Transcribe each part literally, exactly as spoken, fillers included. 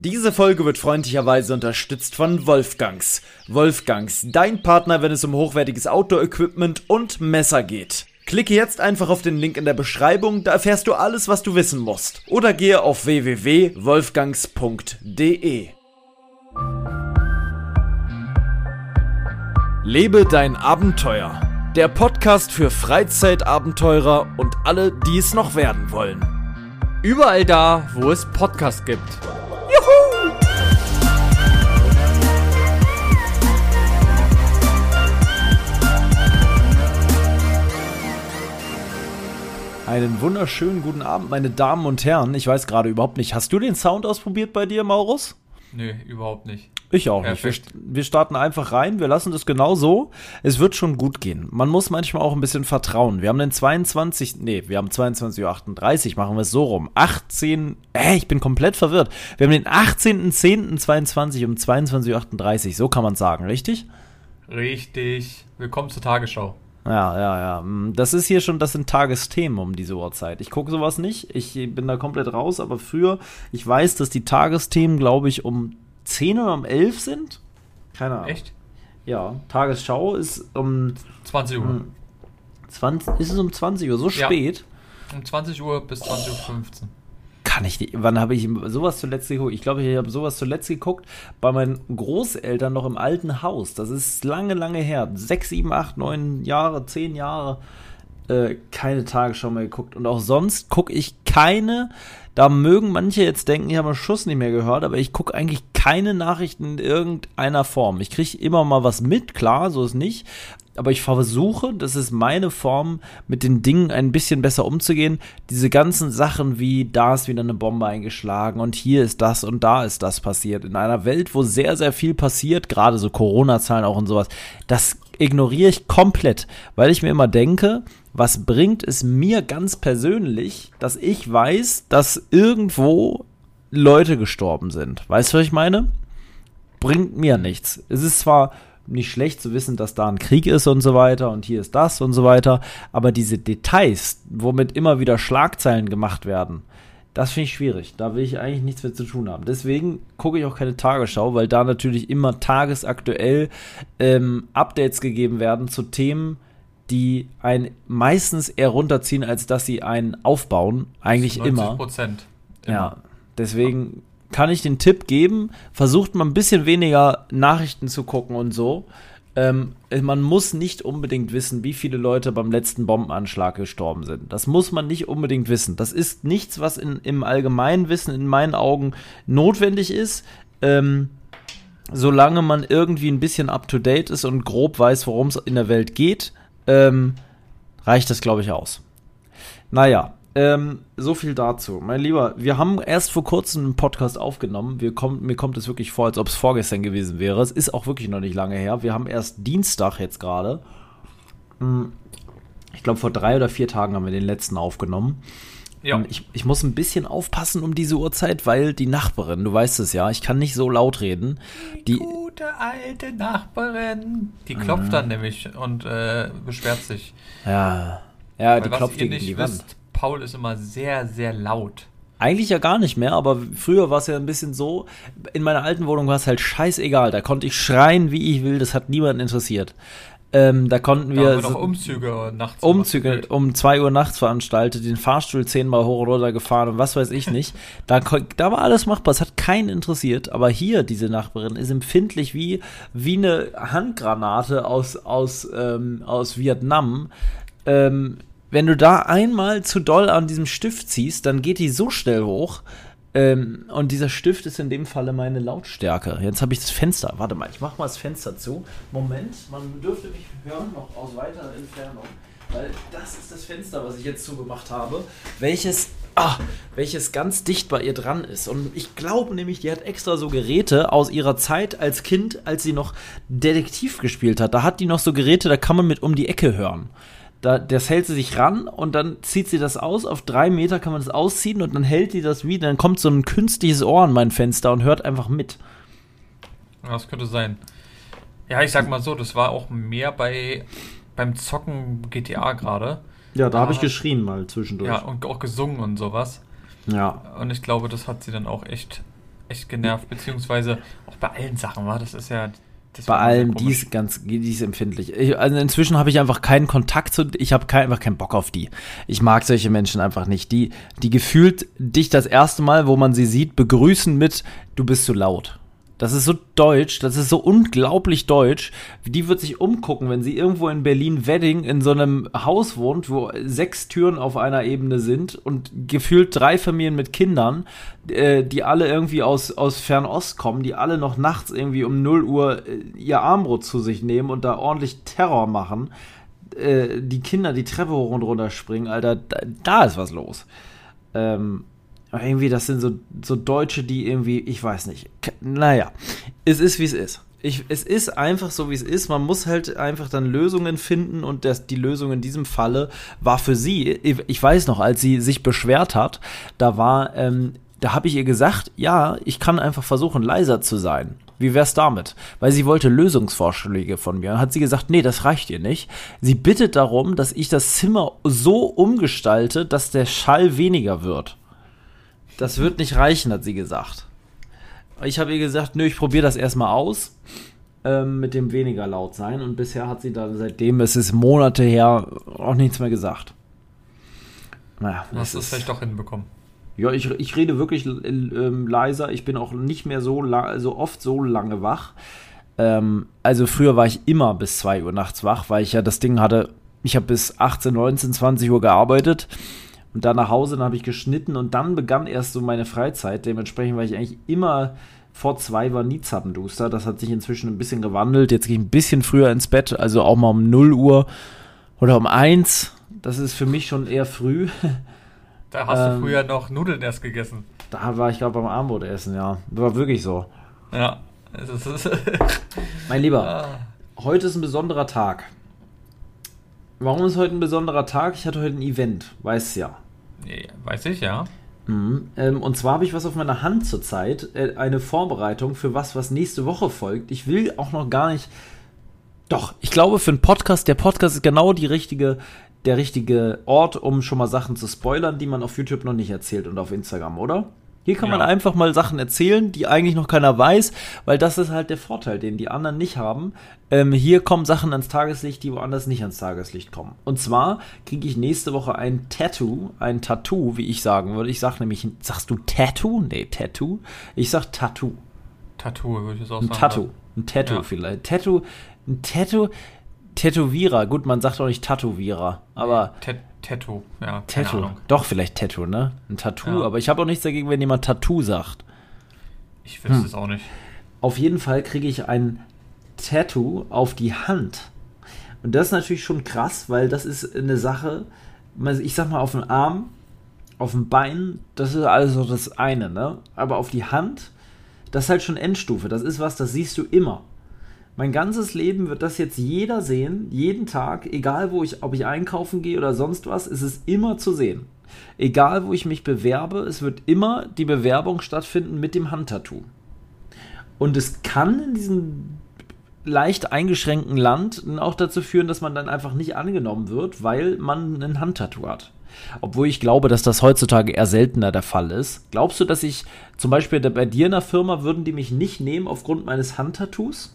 Diese Folge wird freundlicherweise unterstützt von Wolfgangs. Wolfgangs, dein Partner, wenn es um hochwertiges Outdoor-Equipment und Messer geht. Klicke jetzt einfach auf den Link in der Beschreibung, da erfährst du alles, was du wissen musst. Oder gehe auf w w w punkt wolfgangs punkt d e. Lebe dein Abenteuer. Der Podcast für Freizeitabenteurer und alle, die es noch werden wollen. Überall da, wo es Podcasts gibt. Einen wunderschönen guten Abend, meine Damen und Herren. Ich weiß gerade überhaupt nicht, hast du den Sound ausprobiert bei dir, Maurus? Nö, überhaupt nicht. Ich auch nicht. Wir, wir starten einfach rein, wir lassen das genau so. Es wird schon gut gehen. Man muss manchmal auch ein bisschen vertrauen. Wir haben den zweiundzwanzigsten Nee, wir haben zweiundzwanzig Uhr achtunddreißig, machen wir es so rum. achtzehn Äh, ich bin komplett verwirrt. Wir haben den achtzehnten zehnten zweiundzwanzig um zweiundzwanzig Uhr achtunddreißig, so kann man sagen, richtig? Richtig. Willkommen zur Tagesschau. Ja, ja, ja. Das ist hier schon, das sind Tagesthemen um diese Uhrzeit. Ich gucke sowas nicht, ich bin da komplett raus, aber früher, ich weiß, dass die Tagesthemen, glaube ich, um zehn oder um elf sind. Keine Ahnung. Echt? Ja, Tagesschau ist um zwanzig Uhr. zwanzig, ist es um zwanzig Uhr, so Ja. spät? Um zwanzig Uhr bis zwanzig Uhr fünfzehn. Kann ich nicht. Wann habe ich sowas zuletzt geguckt? Ich glaube, ich habe sowas zuletzt geguckt bei meinen Großeltern noch im alten Haus. Das ist lange, lange her. Sechs, sieben, acht, neun Jahre, zehn Jahre äh, keine Tagesschau mehr geguckt. Und auch sonst gucke ich keine. Da mögen manche jetzt denken, ich habe einen Schuss nicht mehr gehört, aber ich gucke eigentlich keine Nachrichten in irgendeiner Form. Ich kriege immer mal was mit, klar, so ist nicht. Aber ich versuche, das ist meine Form, mit den Dingen ein bisschen besser umzugehen. Diese ganzen Sachen wie, da ist wieder eine Bombe eingeschlagen und hier ist das und da ist das passiert. In einer Welt, wo sehr, sehr viel passiert, gerade so Corona-Zahlen auch und sowas, das ignoriere ich komplett, weil ich mir immer denke, was bringt es mir ganz persönlich, dass ich weiß, dass irgendwo Leute gestorben sind. Weißt du, was ich meine? Bringt mir nichts. Es ist zwar nicht schlecht zu wissen, dass da ein Krieg ist und so weiter und hier ist das und so weiter, aber diese Details, womit immer wieder Schlagzeilen gemacht werden, das finde ich schwierig. Da will ich eigentlich nichts mehr zu tun haben. Deswegen gucke ich auch keine Tagesschau, weil da natürlich immer tagesaktuell ähm, Updates gegeben werden zu Themen, die einen meistens eher runterziehen, als dass sie einen aufbauen. Eigentlich immer. neunzig Prozent. Immer. Ja, deswegen kann ich den Tipp geben, versucht mal ein bisschen weniger Nachrichten zu gucken und so. Ähm, man muss nicht unbedingt wissen, wie viele Leute beim letzten Bombenanschlag gestorben sind. Das muss man nicht unbedingt wissen. Das ist nichts, was in, im Allgemeinwissen in meinen Augen notwendig ist. Ähm, solange man irgendwie ein bisschen up-to-date ist und grob weiß, worum es in der Welt geht, ähm, reicht das, glaube ich, aus. Naja. Ähm, so viel dazu. Mein Lieber, wir haben erst vor kurzem einen Podcast aufgenommen. Wir kommt, mir kommt es wirklich vor, als ob es vorgestern gewesen wäre. Es ist auch wirklich noch nicht lange her. Wir haben erst Dienstag jetzt gerade. Ich glaube, vor drei oder vier Tagen haben wir den letzten aufgenommen. Ja. Und ich, ich muss ein bisschen aufpassen um diese Uhrzeit, weil die Nachbarin, du weißt es ja, ich kann nicht so laut reden. Die, die gute alte Nachbarin, die klopft äh, dann nämlich und äh, beschwert sich. Ja, ja, weil die klopft gegen die wisst, Wand. Paul ist immer sehr, sehr laut. Eigentlich ja gar nicht mehr, aber früher war es ja ein bisschen so, in meiner alten Wohnung war es halt scheißegal, da konnte ich schreien, wie ich will, das hat niemanden interessiert. Ähm, da konnten wir... Da haben wir noch Umzüge nachts. Umzüge um zwei Uhr nachts veranstaltet, den Fahrstuhl zehnmal hoch und runter gefahren und was weiß ich nicht. Da, da war alles machbar, es hat keinen interessiert, aber hier, diese Nachbarin, ist empfindlich wie, wie eine Handgranate aus, aus, ähm, aus Vietnam. Ähm, Wenn du da einmal zu doll an diesem Stift ziehst, dann geht die so schnell hoch. Ähm, und dieser Stift ist in dem Falle meine Lautstärke. Jetzt habe ich das Fenster. Warte mal, ich mache mal das Fenster zu. Moment, man dürfte mich hören, noch aus weiterer Entfernung. Weil das ist das Fenster, was ich jetzt zugemacht habe. Welches, ah, welches ganz dicht bei ihr dran ist. Und ich glaube nämlich, die hat extra so Geräte aus ihrer Zeit als Kind, als sie noch Detektiv gespielt hat. Da hat die noch so Geräte, da kann man mit um die Ecke hören. Da, das hält sie sich ran und dann zieht sie das aus. Auf drei Meter kann man das ausziehen und dann hält die das wieder. Dann kommt so ein künstliches Ohr an mein Fenster und hört einfach mit. Ja, das könnte sein. Ja, ich sag mal so, das war auch mehr bei beim Zocken G T A gerade. Ja, da habe ich geschrien mal zwischendurch. Ja, und auch gesungen und sowas. Ja. Und ich glaube, das hat sie dann auch echt echt genervt, beziehungsweise auch bei allen Sachen, war das ist ja... Das Bei allem, die ist ganz, die ist empfindlich. Ich, also inzwischen habe ich einfach keinen Kontakt zu, ich habe kein, einfach keinen Bock auf die. Ich mag solche Menschen einfach nicht. Die, die gefühlt dich das erste Mal, wo man sie sieht, begrüßen mit, du bist zu laut. Das ist so deutsch, das ist so unglaublich deutsch. Die wird sich umgucken, wenn sie irgendwo in Berlin-Wedding in so einem Haus wohnt, wo sechs Türen auf einer Ebene sind und gefühlt drei Familien mit Kindern, äh, die alle irgendwie aus, aus Fernost kommen, die alle noch nachts irgendwie um null Uhr äh, ihr Armbrot zu sich nehmen und da ordentlich Terror machen. Äh, die Kinder die Treppe hoch und runter springen, Alter, da, da ist was los. Ähm... Aber irgendwie, das sind so, so Deutsche, die irgendwie, ich weiß nicht. Naja, es ist, wie es ist. Ich, es ist einfach so, wie es ist. Man muss halt einfach dann Lösungen finden und das, die Lösung in diesem Falle war für sie, ich weiß noch, als sie sich beschwert hat, da war, ähm, da habe ich ihr gesagt, ja, ich kann einfach versuchen, leiser zu sein. Wie wär's damit? Weil sie wollte Lösungsvorschläge von mir. Dann hat sie gesagt, nee, das reicht ihr nicht. Sie bittet darum, dass ich das Zimmer so umgestalte, dass der Schall weniger wird. Das wird nicht reichen, hat sie gesagt. Ich habe ihr gesagt, nö, ich probiere das erstmal aus, ähm, mit dem weniger laut sein. Und bisher hat sie dann, seitdem es ist Monate her, auch nichts mehr gesagt. Naja, hast du es vielleicht doch hinbekommen? Ja, ich, ich rede wirklich ähm, leiser. Ich bin auch nicht mehr so, la- so oft so lange wach. Ähm, also früher war ich immer bis zwei Uhr nachts wach, weil ich ja das Ding hatte, ich habe bis achtzehn, neunzehn, zwanzig Uhr gearbeitet. Und dann nach Hause, dann habe ich geschnitten und dann begann erst so meine Freizeit. Dementsprechend war ich eigentlich immer, vor zwei war nie zappenduster. Das hat sich inzwischen ein bisschen gewandelt. Jetzt gehe ich ein bisschen früher ins Bett, also auch mal um null Uhr oder um eins. Das ist für mich schon eher früh. Da hast ähm, du früher noch Nudeln erst gegessen. Da war ich gerade beim Armbrot essen, ja. War wirklich so. Ja. Es ist mein Lieber, ah. Heute ist ein besonderer Tag. Warum ist heute ein besonderer Tag? Ich hatte heute ein Event, weißt ja. Ja, weiß ich, ja. Mhm. Ähm, und zwar habe ich was auf meiner Hand zurzeit, äh, eine Vorbereitung für was, was nächste Woche folgt. Ich will auch noch gar nicht... Doch, ich glaube für einen Podcast, der Podcast ist genau die richtige, der richtige Ort, um schon mal Sachen zu spoilern, die man auf YouTube noch nicht erzählt und auf Instagram, oder? Hier kann ja. man einfach mal Sachen erzählen, die eigentlich noch keiner weiß, weil das ist halt der Vorteil, den die anderen nicht haben. Ähm, hier kommen Sachen ans Tageslicht, die woanders nicht ans Tageslicht kommen. Und zwar kriege ich nächste Woche ein Tattoo, ein Tattoo, wie ich sagen würde. Ich sag nämlich, sagst du Tattoo? Nee, Tattoo. Ich sag Tattoo. Tattoo würde ich jetzt auch ein sagen. Tattoo. Ein Tattoo ja. vielleicht. Tattoo, ein Tattoo, Tätowierer. Gut, man sagt auch nicht Tätowierer, aber... Tat- Tattoo, ja, Tattoo. keine Ahnung. Doch, vielleicht Tattoo, ne? Ein Tattoo, Ja. aber ich habe auch nichts dagegen, wenn jemand Tattoo sagt. Ich wüsste Hm. es auch nicht. Auf jeden Fall kriege ich ein Tattoo auf die Hand. Und das ist natürlich schon krass, weil das ist eine Sache, ich sag mal auf den Arm, auf dem Bein, das ist alles so das eine, ne? Aber auf die Hand, das ist halt schon Endstufe. Das ist was, das siehst du immer. Mein ganzes Leben wird das jetzt jeder sehen, jeden Tag, egal wo ich, ob ich einkaufen gehe oder sonst was, ist es immer zu sehen. Egal wo ich mich bewerbe, es wird immer die Bewerbung stattfinden mit dem Handtattoo. Und es kann in diesem leicht eingeschränkten Land auch dazu führen, dass man dann einfach nicht angenommen wird, weil man ein Handtattoo hat. Obwohl ich glaube, dass das heutzutage eher seltener der Fall ist. Glaubst du, dass ich, zum Beispiel bei dir in der Firma, würden die mich nicht nehmen aufgrund meines Handtattoos?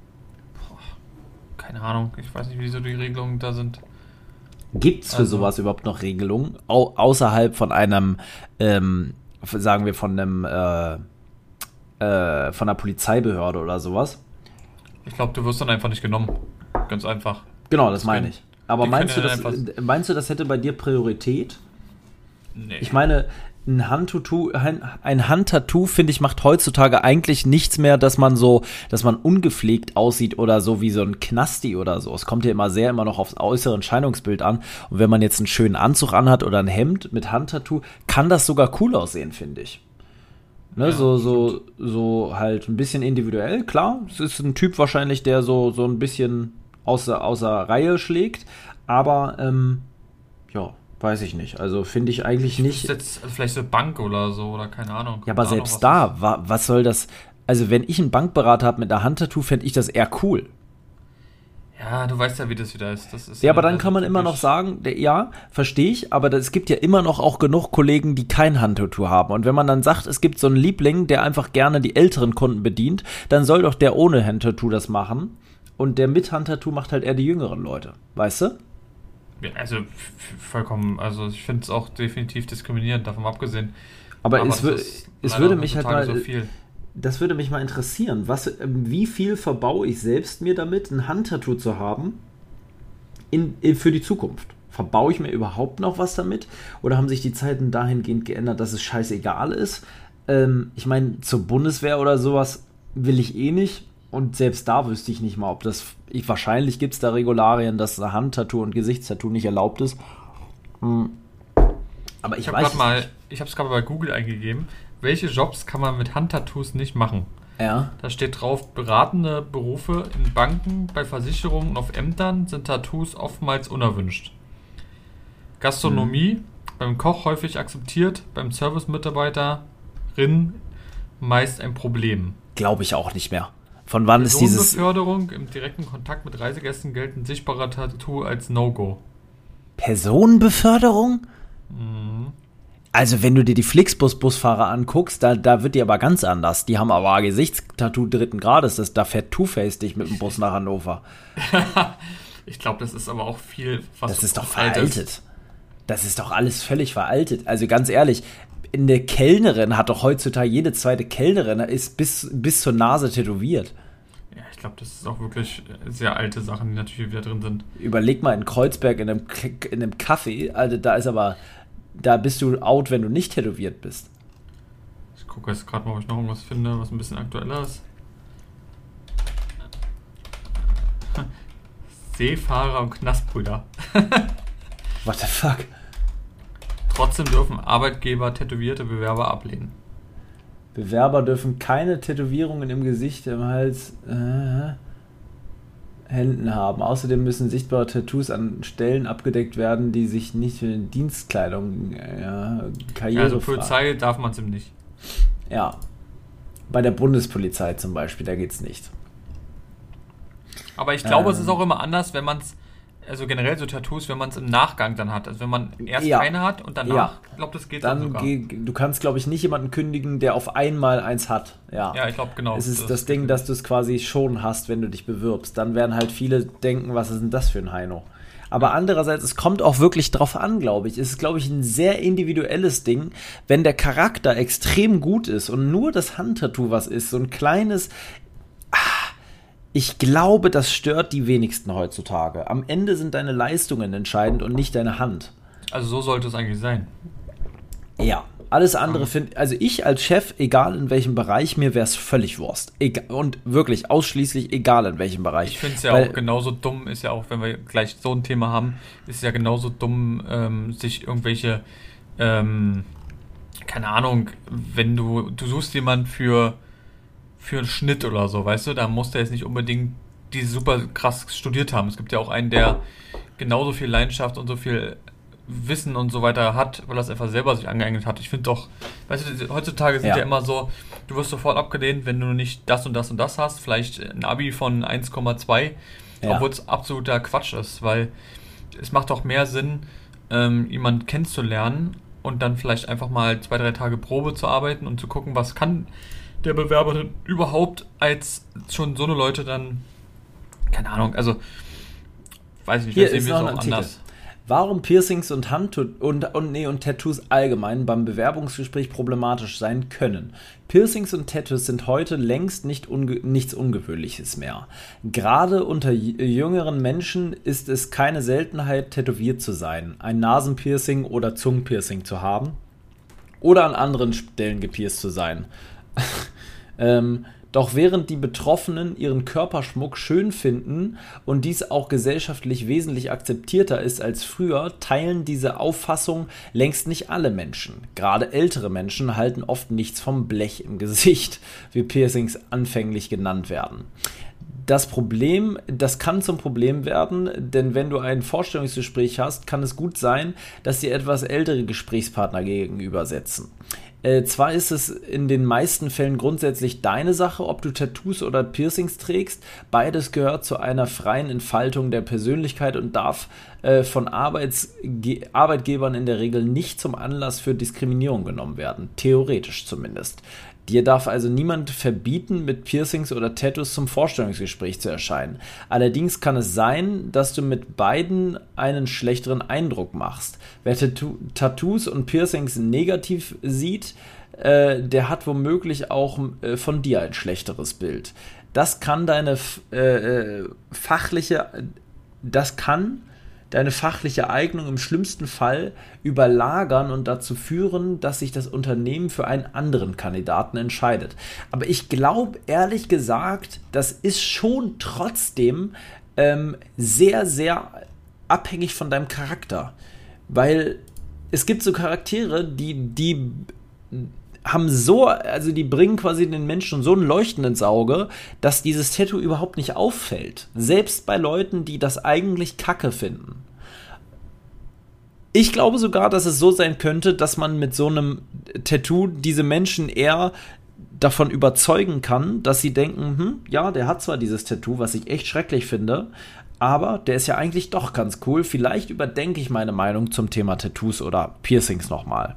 Keine Ahnung, ich weiß nicht, wie so die Regelungen da sind. Gibt es für also, sowas überhaupt noch Regelungen? Au- außerhalb von einem, ähm, sagen wir von einem, äh, äh, von einer Polizeibehörde oder sowas? Ich glaube, du wirst dann einfach nicht genommen. Ganz einfach. Genau, das meine ich. Aber meinst du, das, einfach... meinst du, das hätte bei dir Priorität? Nee. Ich meine, ein Handtattoo, ein, ein Handtattoo, finde ich, macht heutzutage eigentlich nichts mehr, dass man so, dass man ungepflegt aussieht oder so wie so ein Knasti oder so. Es kommt ja immer sehr immer noch aufs äußere Erscheinungsbild an. Und wenn man jetzt einen schönen Anzug anhat oder ein Hemd mit Handtattoo, kann das sogar cool aussehen, finde ich. Ne, ja, so, so, so halt ein bisschen individuell, klar. Es ist ein Typ wahrscheinlich, der so, so ein bisschen außer, außer Reihe schlägt. Aber, ähm, ja. Weiß ich nicht. Also finde ich eigentlich nicht. Jetzt vielleicht so Bank oder so oder keine Ahnung. Ja, aber keine selbst Ahnung, da, wa, was soll das? Also wenn ich einen Bankberater habe mit einer Handtattoo, fände ich das eher cool. Ja, du weißt ja, wie das wieder ist. Das ist Ja, ja aber dann also kann man immer noch typisch. sagen, der, ja, verstehe ich, aber das, es gibt ja immer noch auch genug Kollegen, die kein Handtattoo haben. Und wenn man dann sagt, es gibt so einen Liebling, der einfach gerne die älteren Kunden bedient, dann soll doch der ohne Handtattoo das machen. Und der mit Handtattoo macht halt eher die jüngeren Leute. Weißt du? Ja, also f- f- vollkommen, also ich finde es auch definitiv diskriminierend, davon abgesehen. Aber, Aber es, das wür- ist es leider würde mich halt heutzutage mal, so viel. das würde mich mal interessieren, was, ähm, wie viel verbaue ich selbst mir damit, ein Handtattoo zu haben in, in, für die Zukunft? Verbaue ich mir überhaupt noch was damit? Oder haben sich die Zeiten dahingehend geändert, dass es scheißegal ist? Ähm, ich meine, zur Bundeswehr oder sowas will ich eh nicht. Und selbst da wüsste ich nicht mal, ob das. Ich, wahrscheinlich gibt es da Regularien, dass ein Handtattoo und Gesichtstattoo nicht erlaubt ist. Hm. Aber ich, Ich habe weiß gerade es mal, nicht. ich habe es gerade bei Google eingegeben. Welche Jobs kann man mit Handtattoos nicht machen? Ja. Da steht drauf, beratende Berufe in Banken, bei Versicherungen und auf Ämtern sind Tattoos oftmals unerwünscht. Gastronomie, Mhm. beim Koch häufig akzeptiert, beim Servicemitarbeiterin meist ein Problem. Glaube ich auch nicht mehr. Von wann ist dieses. Personenbeförderung im direkten Kontakt mit Reisegästen gelten sichtbare Tattoo als No-Go. Personenbeförderung? Mhm. Also, wenn du dir die Flixbus-Busfahrer anguckst, da, da wird die aber ganz anders. Die haben aber ein Gesichtstattoo dritten Grades. Das, da fährt Two-Face dich mit dem Bus nach Hannover. Ich glaube, das ist aber auch viel, was Das ist doch alt veraltet. Das ist doch alles völlig veraltet. Also, ganz ehrlich, eine Kellnerin hat doch heutzutage, jede zweite Kellnerin ist bis, bis zur Nase tätowiert. Ja, ich glaube, das ist auch wirklich sehr alte Sachen, die natürlich wieder drin sind. Überleg mal in Kreuzberg in einem, K- in einem Café, also da ist aber, da bist du out, wenn du nicht tätowiert bist. Ich gucke jetzt gerade mal, ob ich noch irgendwas finde, was ein bisschen aktueller ist. Seefahrer und Knastbrüder. What the fuck? Trotzdem dürfen Arbeitgeber tätowierte Bewerber ablehnen. Bewerber dürfen keine Tätowierungen im Gesicht, im Hals, äh, Händen haben. Außerdem müssen sichtbare Tattoos an Stellen abgedeckt werden, die sich nicht für Dienstkleidung, äh, Karriere Also Polizei darf man es ihm nicht. Ja. Bei der Bundespolizei zum Beispiel, da geht's nicht. Aber ich glaube, Ähm. es ist auch immer anders, wenn man es, also generell so Tattoos, wenn man es im Nachgang dann hat. Also wenn man erst Ja. keine hat und danach, Ja. ich glaube, das geht dann Dann sogar. geh, du kannst, glaube ich, nicht jemanden kündigen, der auf einmal eins hat. Ja. Ja, ich glaube, genau. Es ist das, Ding, dass du es quasi schon hast, wenn du dich bewirbst. Dann werden halt viele denken, was ist denn das für ein Heino? Aber andererseits, es kommt auch wirklich drauf an, glaube ich. Es ist, glaube ich, ein sehr individuelles Ding, wenn der Charakter extrem gut ist und nur das Handtattoo was ist, so ein kleines. Ah, ich glaube, das stört die wenigsten heutzutage. Am Ende sind deine Leistungen entscheidend und nicht deine Hand. Also so sollte es eigentlich sein. Ja, alles andere finde also ich als Chef, egal in welchem Bereich, mir wäre es völlig Wurst. Egal, und wirklich ausschließlich egal in welchem Bereich. Ich finde es ja Weil- auch genauso dumm, ist ja auch, wenn wir gleich so ein Thema haben, ist es ja genauso dumm, ähm, sich irgendwelche, ähm, keine Ahnung, wenn du, du suchst jemanden für, für einen Schnitt oder so, weißt du, da muss der jetzt nicht unbedingt die super krass studiert haben. Es gibt ja auch einen, der genauso viel Leidenschaft und so viel Wissen und so weiter hat, weil er es einfach selber sich angeeignet hat. Ich finde doch, weißt du, heutzutage sind ja. Ja. ja immer so, du wirst sofort abgelehnt, wenn du nicht das und das und das hast, vielleicht ein Abi von eins Komma zwei, Ja. obwohl es absoluter Quatsch ist, weil es macht doch mehr Sinn, ähm, jemanden kennenzulernen und dann vielleicht einfach mal zwei, drei Tage Probe zu arbeiten und zu gucken, was kann der Bewerber denn überhaupt, als schon so eine Leute dann, keine Ahnung, also weiß ich nicht, Hier vielleicht ist sehen wir noch es ein auch Artikel. anders. Warum Piercings und, Handtat- und, und, nee, und Tattoos allgemein beim Bewerbungsgespräch problematisch sein können. Piercings und Tattoos sind heute längst nicht unge- nichts Ungewöhnliches mehr. Gerade unter j- jüngeren Menschen ist es keine Seltenheit, tätowiert zu sein, ein Nasenpiercing oder Zungenpiercing zu haben oder an anderen Stellen gepierst zu sein. ähm, Doch während die Betroffenen ihren Körperschmuck schön finden und dies auch gesellschaftlich wesentlich akzeptierter ist als früher, teilen diese Auffassung längst nicht alle Menschen. Gerade ältere Menschen halten oft nichts vom Blech im Gesicht, wie Piercings anfänglich genannt werden. Das Problem, das kann zum Problem werden, denn wenn du ein Vorstellungsgespräch hast, kann es gut sein, dass dir etwas ältere Gesprächspartner gegenüber sitzen. Äh, zwar ist es in den meisten Fällen grundsätzlich deine Sache, ob du Tattoos oder Piercings trägst. Beides gehört zu einer freien Entfaltung der Persönlichkeit und darf äh, von Arbeitsge- Arbeitgebern in der Regel nicht zum Anlass für Diskriminierung genommen werden. Theoretisch zumindest. Dir darf also niemand verbieten, mit Piercings oder Tattoos zum Vorstellungsgespräch zu erscheinen. Allerdings kann es sein, dass du mit beiden einen schlechteren Eindruck machst. Wer Tattoo- Tattoos und Piercings negativ sieht, äh, der hat womöglich auch äh, von dir ein schlechteres Bild. Das kann deine äh, fachliche, das kann deine fachliche Eignung im schlimmsten Fall überlagern und dazu führen, dass sich das Unternehmen für einen anderen Kandidaten entscheidet. Aber ich glaube, ehrlich gesagt, das ist schon trotzdem ähm, sehr, sehr abhängig von deinem Charakter. Weil es gibt so Charaktere, die, die haben so, also die bringen quasi den Menschen so ein Leuchten ins Auge, dass dieses Tattoo überhaupt nicht auffällt. Selbst bei Leuten, die das eigentlich Kacke finden. Ich glaube sogar, dass es so sein könnte, dass man mit so einem Tattoo diese Menschen eher davon überzeugen kann, dass sie denken, hm, ja, der hat zwar dieses Tattoo, was ich echt schrecklich finde, aber der ist ja eigentlich doch ganz cool. Vielleicht überdenke ich meine Meinung zum Thema Tattoos oder Piercings nochmal.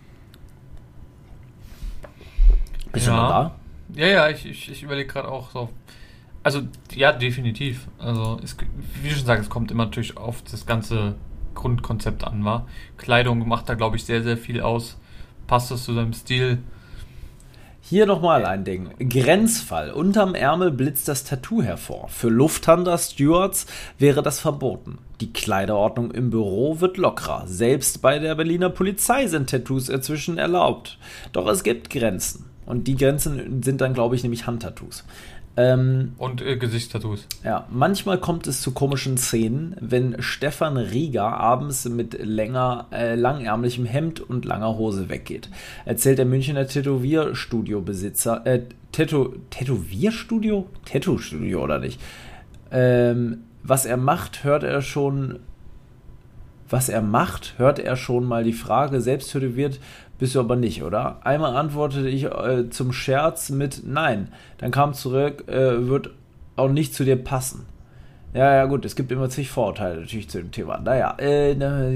Bist ja. du noch da? Ja, ja, ich, ich, ich überlege gerade auch so. Also, ja, definitiv. Also, es, wie du schon sagst, es kommt immer natürlich auf das ganze Grundkonzept an, war. Kleidung macht da, glaube ich, sehr, sehr viel aus. Passt das zu seinem Stil? Hier nochmal ein Ding. Grenzfall. Unterm Ärmel blitzt das Tattoo hervor. Für Lufthansa-Stewards wäre das verboten. Die Kleiderordnung im Büro wird lockerer. Selbst bei der Berliner Polizei sind Tattoos inzwischen erlaubt. Doch es gibt Grenzen. Und die Grenzen sind dann, glaube ich, nämlich Handtattoos. Ähm, Und äh, Gesichtstattoos. Ja, manchmal kommt es zu komischen Szenen, wenn Stefan Rieger abends mit länger, äh, langärmlichem Hemd und langer Hose weggeht. Erzählt der Münchner Tätowierstudio-Besitzer, äh, Tätow- Tätowierstudio? Tattoo-Studio oder nicht? Ähm, was er macht, hört er schon, was er macht, hört er schon mal die Frage, selbst tätowiert bist du aber nicht, oder? Einmal antwortete ich äh, zum Scherz mit Nein. Dann kam zurück, äh, wird auch nicht zu dir passen. Ja, ja, gut, es gibt immer zig Vorurteile natürlich zu dem Thema. Naja, äh,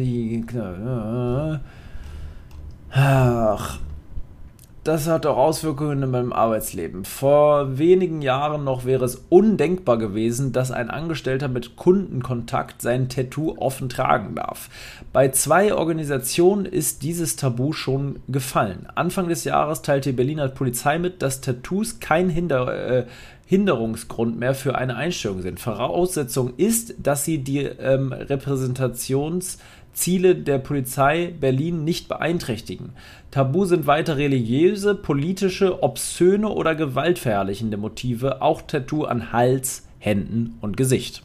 ach, das hat auch Auswirkungen in meinem Arbeitsleben. Vor wenigen Jahren noch wäre es undenkbar gewesen, dass ein Angestellter mit Kundenkontakt sein Tattoo offen tragen darf. Bei zwei Organisationen ist dieses Tabu schon gefallen. Anfang des Jahres teilte die Berliner Polizei mit, dass Tattoos kein Hinder, äh, Hinderungsgrund mehr für eine Einstellung sind. Voraussetzung ist, dass sie die ähm, Repräsentationsziele der Polizei Berlin nicht beeinträchtigen. Tabu sind weiter religiöse, politische, obszöne oder gewaltverherrlichende Motive, auch Tattoo an Hals, Händen und Gesicht.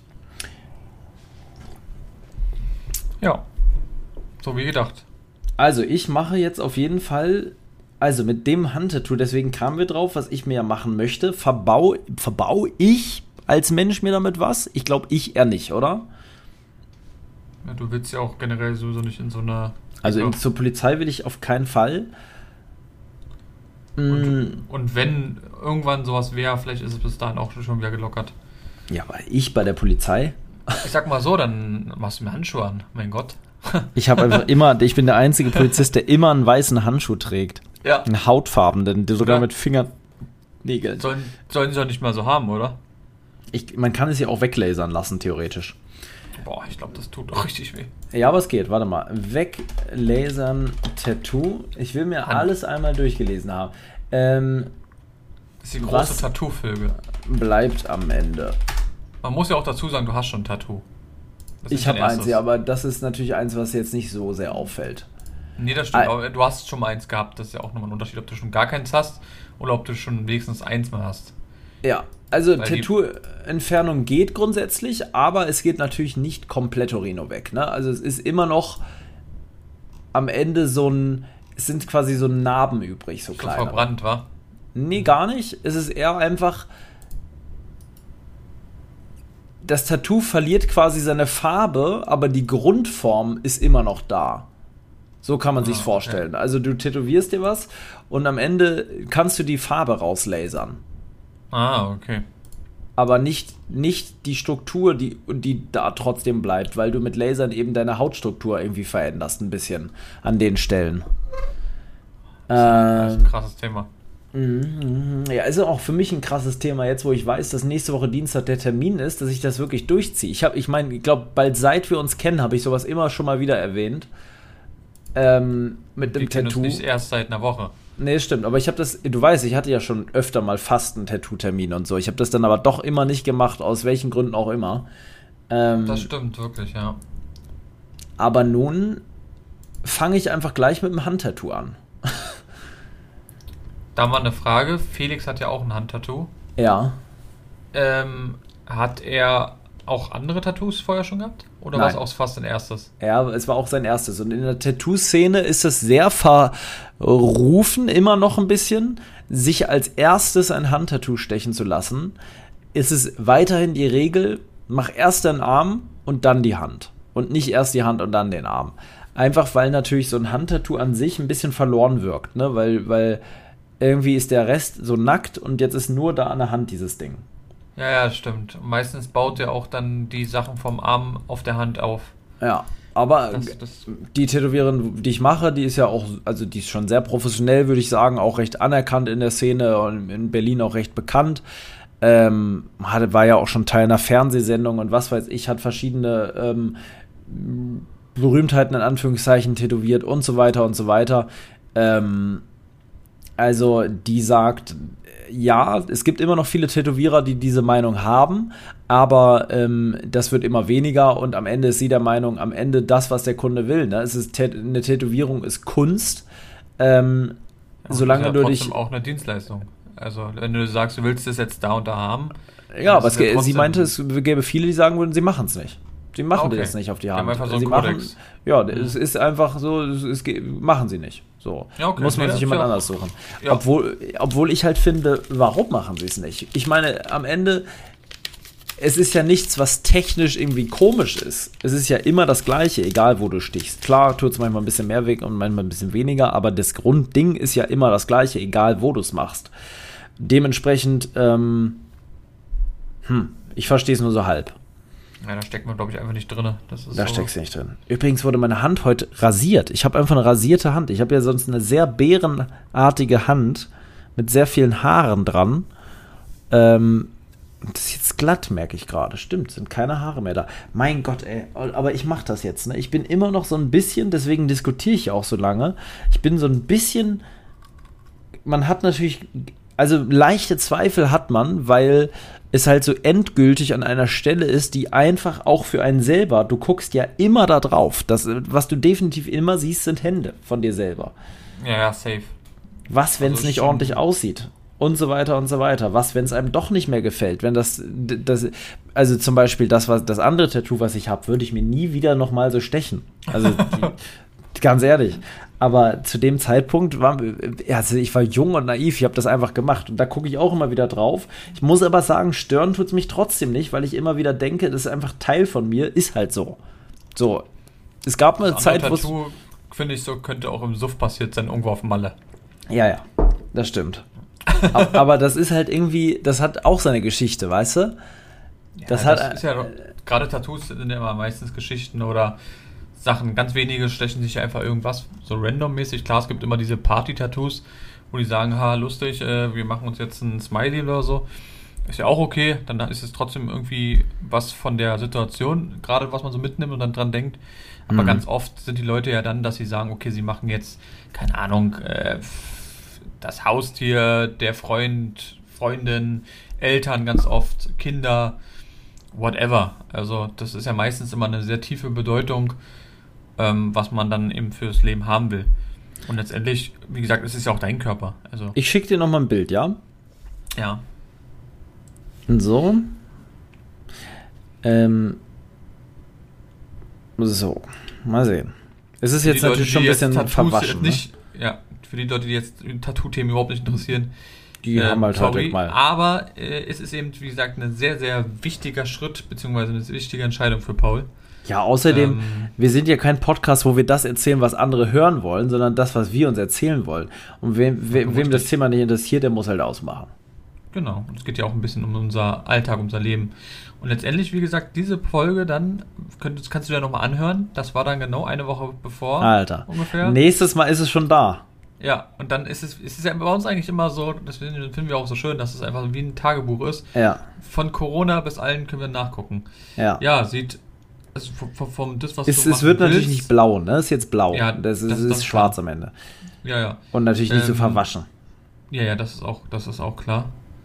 Ja, so wie gedacht. Also ich mache jetzt auf jeden Fall, also mit dem Handtattoo, deswegen kamen wir drauf, was ich mir ja machen möchte, verbau, verbau ich als Mensch mir damit was? Ich glaube, ich eher nicht, oder? Ja, du willst ja auch generell sowieso nicht in so einer... Also in, zur Polizei will ich auf keinen Fall. Und, und wenn irgendwann sowas wäre, vielleicht ist es bis dahin auch schon wieder gelockert. Ja, aber ich bei der Polizei? Ich sag mal so, dann machst du mir Handschuhe an, mein Gott. Ich habe einfach immer, ich bin der einzige Polizist, der immer einen weißen Handschuh trägt. Ja. Einen hautfarbenen, der sogar Ja. mit Fingernägeln. Sollen, sollen sie doch nicht mal so haben, oder? Ich, man kann es ja auch weglasern lassen, theoretisch. Boah, ich glaube, das tut doch richtig weh. Ja, aber es geht. Warte mal. Weglasern Tattoo. Ich will mir Hand. alles einmal durchgelesen haben. Ähm, Das ist die große Was? Tattoo-Folge. bleibt am Ende. Man muss ja auch dazu sagen, du hast schon ein Tattoo. Das ist Ich dein habe eins, erstes. ja, aber das ist natürlich eins, was jetzt nicht so sehr auffällt. Nee, das stimmt, Ah. aber du hast schon mal eins gehabt. Das ist ja auch nochmal ein Unterschied, ob du schon gar keins hast oder ob du schon wenigstens eins mal hast. Ja, also Weil die- Tattoo-Entfernung geht grundsätzlich, aber es geht natürlich nicht komplett Orino weg. Ne? Also es ist immer noch am Ende so ein, es sind quasi so Narben übrig, so Schon kleine. verbrannt, wa? Nee, gar nicht. Es ist eher einfach, das Tattoo verliert quasi seine Farbe, aber die Grundform ist immer noch da. So kann man Ah, sich's okay. vorstellen. Also du tätowierst dir was und am Ende kannst du die Farbe rauslasern. Ah, okay. Aber nicht, nicht die Struktur, die, die da trotzdem bleibt, weil du mit Lasern eben deine Hautstruktur irgendwie veränderst, ein bisschen an den Stellen. Das ist Ähm, ein krasses Thema. mhm, ja, ist auch für mich ein krasses Thema, jetzt wo ich weiß, dass nächste Woche Dienstag der Termin ist, dass ich das wirklich durchziehe. Ich habe, ich meine, ich glaube, bald seit wir uns kennen, habe ich sowas immer schon mal wieder erwähnt. Ähm, mit dem Wir kennen uns Tattoo. nicht erst seit einer Woche. Nee, stimmt, aber ich habe das, du weißt, ich hatte ja schon öfter mal fast einen Tattoo-Termin und so. Ich habe das dann aber doch immer nicht gemacht, aus welchen Gründen auch immer. Ähm, Das stimmt, wirklich, ja. aber nun fange ich einfach gleich mit dem Handtattoo an. Da mal eine Frage. Felix hat ja auch ein Handtattoo. Ja. Ähm, hat er auch andere Tattoos vorher schon gehabt? Oder war es Nein. auch fast sein erstes? Ja, es war auch sein erstes. Und in der Tattoo-Szene ist es sehr verrufen, immer noch ein bisschen, sich als erstes ein Handtattoo stechen zu lassen. Ist es weiterhin die Regel, mach erst den Arm und dann die Hand. Und nicht erst die Hand und dann den Arm. Einfach, weil natürlich so ein Handtattoo an sich ein bisschen verloren wirkt, ne? Weil, weil irgendwie ist der Rest so nackt und jetzt ist nur da an der Hand dieses Ding. Ja, ja, stimmt. Meistens baut er auch dann die Sachen vom Arm auf der Hand auf. Ja, aber Das, das, die Tätowiererin, die ich mache, die ist ja auch, also die ist schon sehr professionell, würde ich sagen, auch recht anerkannt in der Szene und in Berlin auch recht bekannt. Ähm, hatte, war ja auch schon Teil einer Fernsehsendung und was weiß ich, hat verschiedene ähm, Berühmtheiten in Anführungszeichen tätowiert und so weiter und so weiter. Ähm, also die sagt, ja, es gibt immer noch viele Tätowierer, die diese Meinung haben, aber ähm, das wird immer weniger und am Ende ist sie der Meinung, am Ende das, was der Kunde will. Ne? Es ist Tät- eine Tätowierung ist Kunst, ähm, ja, solange ist du ja dich... trotzdem auch eine Dienstleistung. Also, wenn du sagst, du willst es jetzt da und da haben. Ja, aber das es, ist ja ge- sie trotzdem- meinte, es gäbe viele, die sagen würden, sie machen es nicht. Sie machen Ah, okay. das nicht auf die Die haben Hand. einfach so einen sie machen, Kodex. ja, es ist einfach so, es, es, ge- machen sie nicht. So. Ja, okay. Muss man Nee, sich das jemand ist ja- anders suchen. Ja. Obwohl, obwohl ich halt finde, warum machen sie es nicht? Ich meine, am Ende, es ist ja nichts, was technisch irgendwie komisch ist. Es ist ja immer das Gleiche, egal wo du stichst. Klar, tut es manchmal ein bisschen mehr weg und manchmal ein bisschen weniger, aber das Grundding ist ja immer das Gleiche, egal wo du es machst. Dementsprechend, ähm, hm, ich verstehe es nur so halb. Ja, da steckt man, glaube ich, einfach nicht drin. Das ist Da so. steckst du nicht drin. Übrigens wurde meine Hand heute rasiert. Ich habe einfach eine rasierte Hand. Ich habe ja sonst eine sehr bärenartige Hand mit sehr vielen Haaren dran. Ähm, das ist jetzt glatt, merke ich gerade. Stimmt, sind keine Haare mehr da. Mein Gott, ey. Aber ich mache das jetzt. Ne? Ich bin immer noch so ein bisschen, deswegen diskutiere ich auch so lange. Ich bin so ein bisschen, man hat natürlich, also leichte Zweifel hat man, weil es halt so endgültig an einer Stelle ist, die einfach auch für einen selber, du guckst ja immer da drauf. Das, was du definitiv immer siehst, sind Hände von dir selber. Ja, ja, safe. Was, wenn es Also nicht schon- ordentlich aussieht? Und so weiter und so weiter. Was, wenn es einem doch nicht mehr gefällt? Wenn das, das also zum Beispiel das, was, das andere Tattoo, was ich habe, würde ich mir nie wieder nochmal so stechen. Also die, ganz ehrlich. Aber zu dem Zeitpunkt war, also ich war jung und naiv, ich habe das einfach gemacht. Und da gucke ich auch immer wieder drauf. Ich muss aber sagen, stören tut es mich trotzdem nicht, weil ich immer wieder denke, das ist einfach Teil von mir, ist halt so. So. Es gab mal eine Das Zeit, andere wo es. Tattoo, finde ich, so könnte auch im Suff passiert sein, irgendwo auf Malle. Ja, ja, das stimmt. aber, aber das ist halt irgendwie, das hat auch seine Geschichte, weißt du? Das ja, hat. das ist ja, gerade Tattoos sind ja immer meistens Geschichten oder Sachen. Ganz wenige stechen sich ja einfach irgendwas so randommäßig. Klar, es gibt immer diese Party-Tattoos, wo die sagen, ha, lustig, äh, wir machen uns jetzt ein Smiley oder so. Ist ja auch okay, dann ist es trotzdem irgendwie was von der Situation, gerade was man so mitnimmt und dann dran denkt. Aber Mhm. ganz oft sind die Leute ja dann, dass sie sagen, okay, sie machen jetzt, keine Ahnung, äh, das Haustier, der Freund, Freundin, Eltern ganz oft, Kinder, whatever. Also das ist ja meistens immer eine sehr tiefe Bedeutung, ähm, was man dann eben fürs Leben haben will. Und letztendlich, wie gesagt, es ist ja auch dein Körper. Also Ich schicke dir nochmal ein Bild, ja? ja. So. Ähm. So. Mal sehen. Es ist Für jetzt die Leute, natürlich schon ein die bisschen jetzt Tattoos verwaschen. Nicht, ja, für die Leute, die jetzt Tattoo-Themen überhaupt nicht interessieren. Ne? Die ähm, haben halt sorry, heute mal. aber äh, es ist eben, wie gesagt, ein sehr, sehr wichtiger Schritt, beziehungsweise eine wichtige Entscheidung für Paul. Ja, außerdem, Ähm, wir sind ja kein Podcast, wo wir das erzählen, was andere hören wollen, sondern das, was wir uns erzählen wollen. Und wem, wem, wem das Thema nicht interessiert, der muss halt ausmachen. Genau, und es geht ja auch ein bisschen um unser Alltag, um unser Leben. Und letztendlich, wie gesagt, diese Folge dann, könnt, kannst du ja nochmal anhören. Das war dann genau eine Woche bevor. Alter. Ungefähr. Nächstes Mal ist es schon da. Ja, und dann ist es, ist es ja bei uns eigentlich immer so, das finden finden wir auch so schön, dass es einfach wie ein Tagebuch ist. Ja. Von Corona bis allen können wir nachgucken. Ja. Ja, sieht, also vom, vom, vom das, was Es, du es wird machen natürlich willst, nicht blau, ne? Es ist jetzt blau. Ja, das ist, das- es das ist ist schwarz klar. am Ende. Ja, ja. Und natürlich nicht so Ähm, verwaschen. Ja, ja, das ist auch, das ist auch klar.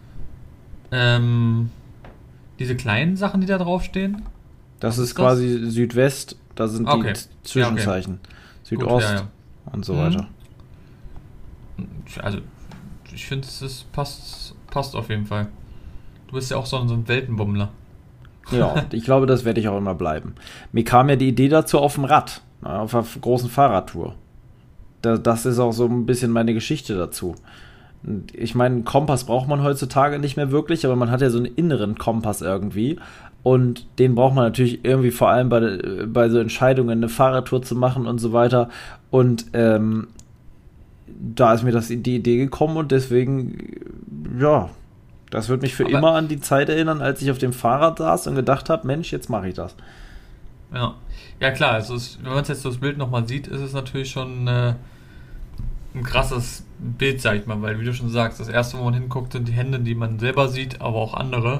Ähm, diese kleinen Sachen, die da draufstehen. Das was ist ist das? quasi Südwest, da sind Okay. die Zwischenzeichen. Südost Gut, ja, ja. und so Mhm. weiter. Also, ich finde, es passt, passt auf jeden Fall. Du bist ja auch so ein, so ein Weltenbummler. Ja, ich glaube, das werde ich auch immer bleiben. Mir kam ja die Idee dazu auf dem Rad, na, auf einer großen Fahrradtour. Da, das ist auch so ein bisschen meine Geschichte dazu. Und ich meine, einen Kompass braucht man heutzutage nicht mehr wirklich, aber man hat ja so einen inneren Kompass irgendwie. Und den braucht man natürlich irgendwie vor allem bei, bei so Entscheidungen, eine Fahrradtour zu machen und so weiter. Und ähm, da ist mir das die Idee gekommen und deswegen, ja, das wird mich für Aber- immer an die Zeit erinnern, als ich auf dem Fahrrad saß und gedacht habe, Mensch, jetzt mache ich das. Ja, ja klar, also es, wenn man jetzt das Bild nochmal sieht, ist es natürlich schon äh, ein krasses Bild, sag ich mal, weil wie du schon sagst, das erste, wo man hinguckt, sind die Hände, die man selber sieht, aber auch andere.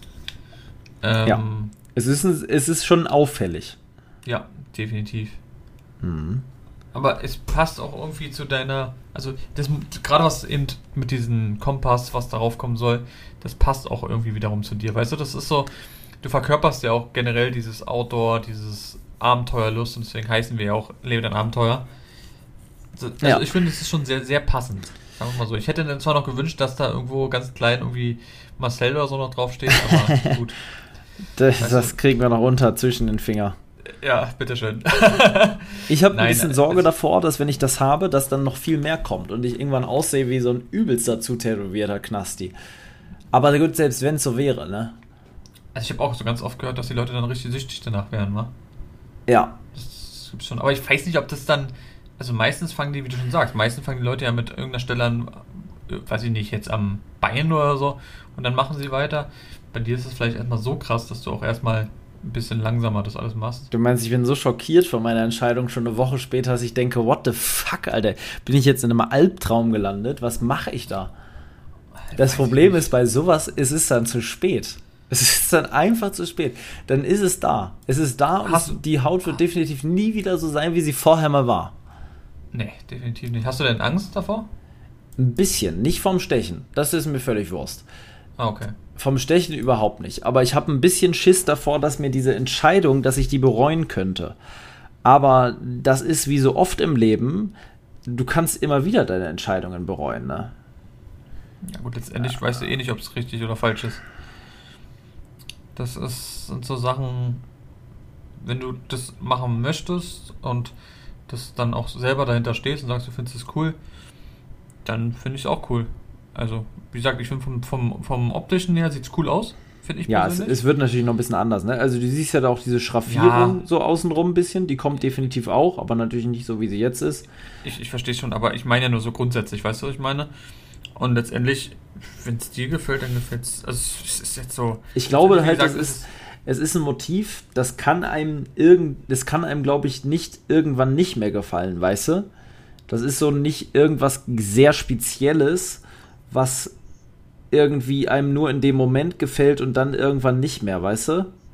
Ähm, Ja. Es ist, ein, es ist schon auffällig. ja, definitiv. Mhm. Aber es passt auch irgendwie zu deiner, also das gerade was eben mit diesem Kompass, was darauf kommen soll, das passt auch irgendwie wiederum zu dir. Weißt du, das ist so, du verkörperst ja auch generell dieses Outdoor, dieses Abenteuerlust und deswegen heißen wir ja auch Leben ein Abenteuer. Also, also Ja. ich finde, es ist schon sehr, sehr passend. Sagen wir mal so. Ich hätte dann zwar noch gewünscht, dass da irgendwo ganz klein irgendwie Marcel oder so noch draufsteht, aber gut. Das, Weißt du- das kriegen wir noch runter zwischen den Finger. Ja, bitteschön. Ich habe ein Nein, bisschen äh, Sorge es- davor, dass wenn ich das habe, dass dann noch viel mehr kommt und ich irgendwann aussehe wie so ein übelst dazu tätowierter Knasti. Aber gut, selbst wenn es so wäre, ne? Also ich habe auch so ganz oft gehört, dass die Leute dann richtig süchtig danach werden, wa? Ja. Das gibt's schon. Aber ich weiß nicht, ob das dann. Also meistens fangen die, wie du schon sagst, meistens fangen die Leute ja mit irgendeiner Stelle an, äh, weiß ich nicht, jetzt am Bein oder so, und dann machen sie weiter. Bei dir ist es vielleicht erstmal so krass, dass du auch erstmal ein bisschen langsamer das alles machst. Du meinst, ich bin so schockiert von meiner Entscheidung schon eine Woche später, dass ich denke, what the fuck, Alter, bin ich jetzt in einem Albtraum gelandet? Was mache ich da? Das Weiß Problem ich ist, bei sowas, es ist dann zu spät. Es ist dann einfach zu spät. Dann ist es da. Es ist da und Hast es, du- die Haut wird definitiv nie wieder so sein, wie sie vorher mal war. Nee, definitiv nicht. Hast du denn Angst davor? Ein bisschen, nicht vom Stechen. Das ist mir völlig Wurst. Ah, okay. Vom Stechen überhaupt nicht. Aber ich habe ein bisschen Schiss davor, dass mir diese Entscheidung, dass ich die bereuen könnte. Aber das ist wie so oft im Leben, du kannst immer wieder deine Entscheidungen bereuen, ne? Ja gut, letztendlich weißt du eh nicht, ob es richtig oder falsch ist. Das ist, sind so Sachen, wenn du das machen möchtest und das dann auch selber dahinter stehst und sagst, du findest es cool, dann finde ich es auch cool. Also, wie gesagt, ich finde vom, vom, vom optischen her sieht es cool aus, finde ich Ja, es, persönlich. es wird natürlich noch ein bisschen anders, ne? Also du siehst ja da auch diese Schraffierung Ja. so außenrum ein bisschen, die kommt definitiv auch, aber natürlich nicht so, wie sie jetzt ist. Ich, ich verstehe schon, aber ich meine ja nur so grundsätzlich, weißt du, was ich meine? Und letztendlich, wenn es dir gefällt, dann gefällt es. Also, es ist jetzt so. Ich glaube Wie halt, gesagt, es ist, es ist ein Motiv, das kann einem irgend, das kann einem, glaube ich, nicht irgendwann nicht mehr gefallen, weißt du? Das ist so nicht irgendwas sehr Spezielles, was irgendwie einem nur in dem Moment gefällt und dann irgendwann nicht mehr, weißt du?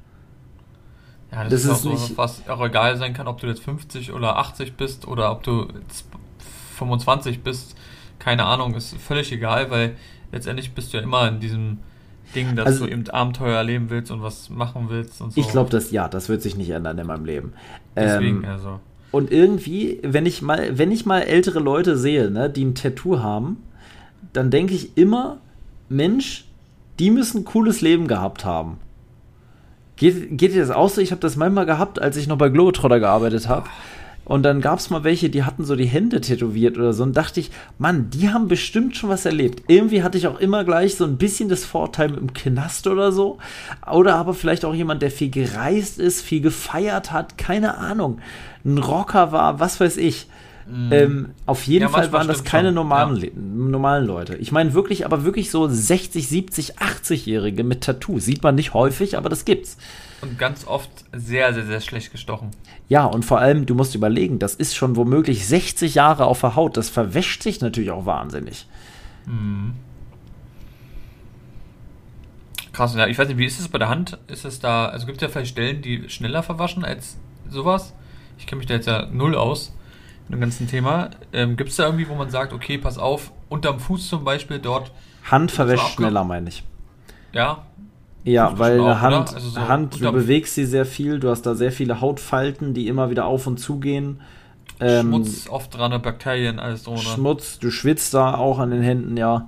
Ja, das, Das ist auch ist so, nicht- was auch egal sein kann, ob du jetzt fünfzig oder achtzig bist oder ob du jetzt fünfundzwanzig bist. Keine Ahnung, ist völlig egal, weil letztendlich bist du ja immer in diesem Ding, dass Also- du eben Abenteuer erleben willst und was machen willst und so. Ich glaube, das ja, das wird sich nicht ändern in meinem Leben. Deswegen, Ähm, also. Und irgendwie, wenn ich mal, wenn ich mal ältere Leute sehe, ne, die ein Tattoo haben, dann denke ich immer, Mensch, die müssen ein cooles Leben gehabt haben. Geht, geht dir das auch so? Ich habe das manchmal gehabt, als ich noch bei Globetrotter gearbeitet habe. Und dann gab es mal welche, die hatten so die Hände tätowiert oder so. Und dachte ich, Mann, die haben bestimmt schon was erlebt. Irgendwie hatte ich auch immer gleich so ein bisschen das Vorteil im Knast oder so. Oder aber vielleicht auch jemand, der viel gereist ist, viel gefeiert hat. Keine Ahnung. Ein Rocker war, was weiß ich. Mm. Ähm, auf jeden ja, Fall waren das keine normalen, ja. normalen Leute. Ich meine wirklich, aber wirklich so sechzig, siebzig, achtzig-Jährige mit Tattoo. Sieht man nicht häufig, aber das gibt's. Und ganz oft sehr, sehr, sehr schlecht gestochen. Ja, und vor allem, du musst überlegen, das ist schon womöglich sechzig Jahre auf der Haut. Das verwäscht sich natürlich auch wahnsinnig. Mhm. Krass, ja, ich weiß nicht, wie ist es bei der Hand? Ist es da, also gibt es ja vielleicht Stellen, die schneller verwaschen als sowas? Ich kenne mich da jetzt ja null aus mit dem ganzen Thema. Ähm, gibt es da irgendwie, wo man sagt, okay, pass auf, unterm Fuß zum Beispiel dort. Hand verwäscht schneller, meine ich. Ja. Ja, weil auch, eine Hand, also so Hand du bewegst sie sehr viel, du hast da sehr viele Hautfalten, die immer wieder auf und zu gehen. Ähm, Schmutz oft dran, Bakterien, alles drin. Schmutz, du schwitzt da auch an den Händen, ja.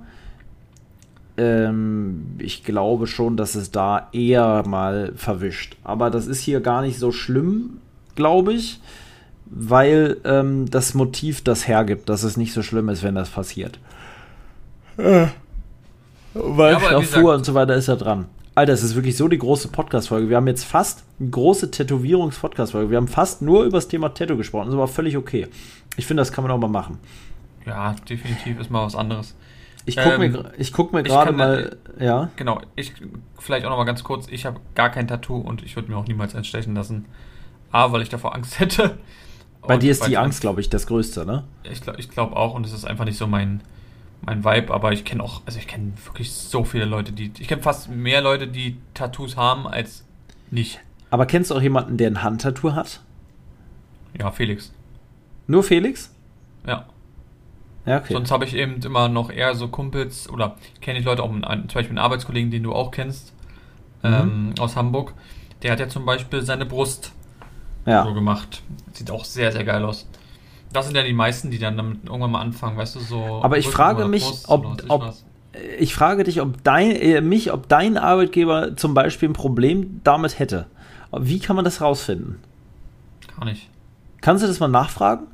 Ähm, ich glaube schon, dass es da eher mal verwischt. Aber das ist hier gar nicht so schlimm, glaube ich, weil ähm, das Motiv das hergibt, dass es nicht so schlimm ist, wenn das passiert. Äh. Weil ja, Staffur und so weiter ist ja dran. Alter, es ist wirklich so die große Podcast-Folge. Wir haben jetzt fast eine große Tätowierungs-Podcast-Folge. Wir haben fast nur über das Thema Tattoo gesprochen. Das ist aber völlig okay. Ich finde, das kann man auch mal machen. Ja, definitiv ist mal was anderes. Ich gucke ähm, mir, ich guck mir gerade mal, äh, ja. Genau, ich vielleicht auch noch mal ganz kurz. Ich habe gar kein Tattoo und ich würde mir auch niemals eins stechen lassen. A, weil ich davor Angst hätte. Bei dir ist die Angst, glaube ich, das Größte, ne? Ich glaube ich glaub auch und es ist einfach nicht so mein... mein Vibe, aber ich kenne auch, also ich kenne wirklich so viele Leute, die, ich kenne fast mehr Leute, die Tattoos haben, als nicht. Aber kennst du auch jemanden, der ein Handtattoo hat? Ja, Felix. Nur Felix? Ja. Ja, okay. Sonst habe ich eben immer noch eher so Kumpels, oder kenne ich Leute, auch einen, zum Beispiel einen Arbeitskollegen, den du auch kennst, mhm. ähm, aus Hamburg, der hat ja zum Beispiel seine Brust ja. so gemacht. Sieht auch sehr, sehr geil aus. Das sind ja die meisten, die dann damit irgendwann mal anfangen, weißt du, so... Aber ich frage mich, ob, ob ich frage dich, ob dein, äh, mich, ob dein Arbeitgeber zum Beispiel ein Problem damit hätte. Wie kann man das rausfinden? Gar nicht. Kannst du das mal nachfragen?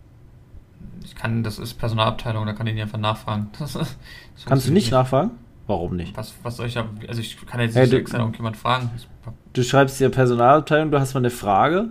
Ich kann, das ist Personalabteilung, da kann ich nicht einfach nachfragen. Das, das Kannst du nicht, nicht nachfragen? Warum nicht? Was, was soll ich da, also ich kann jetzt nicht hey, extra irgendjemand fragen. Du schreibst dir Personalabteilung, du hast mal eine Frage.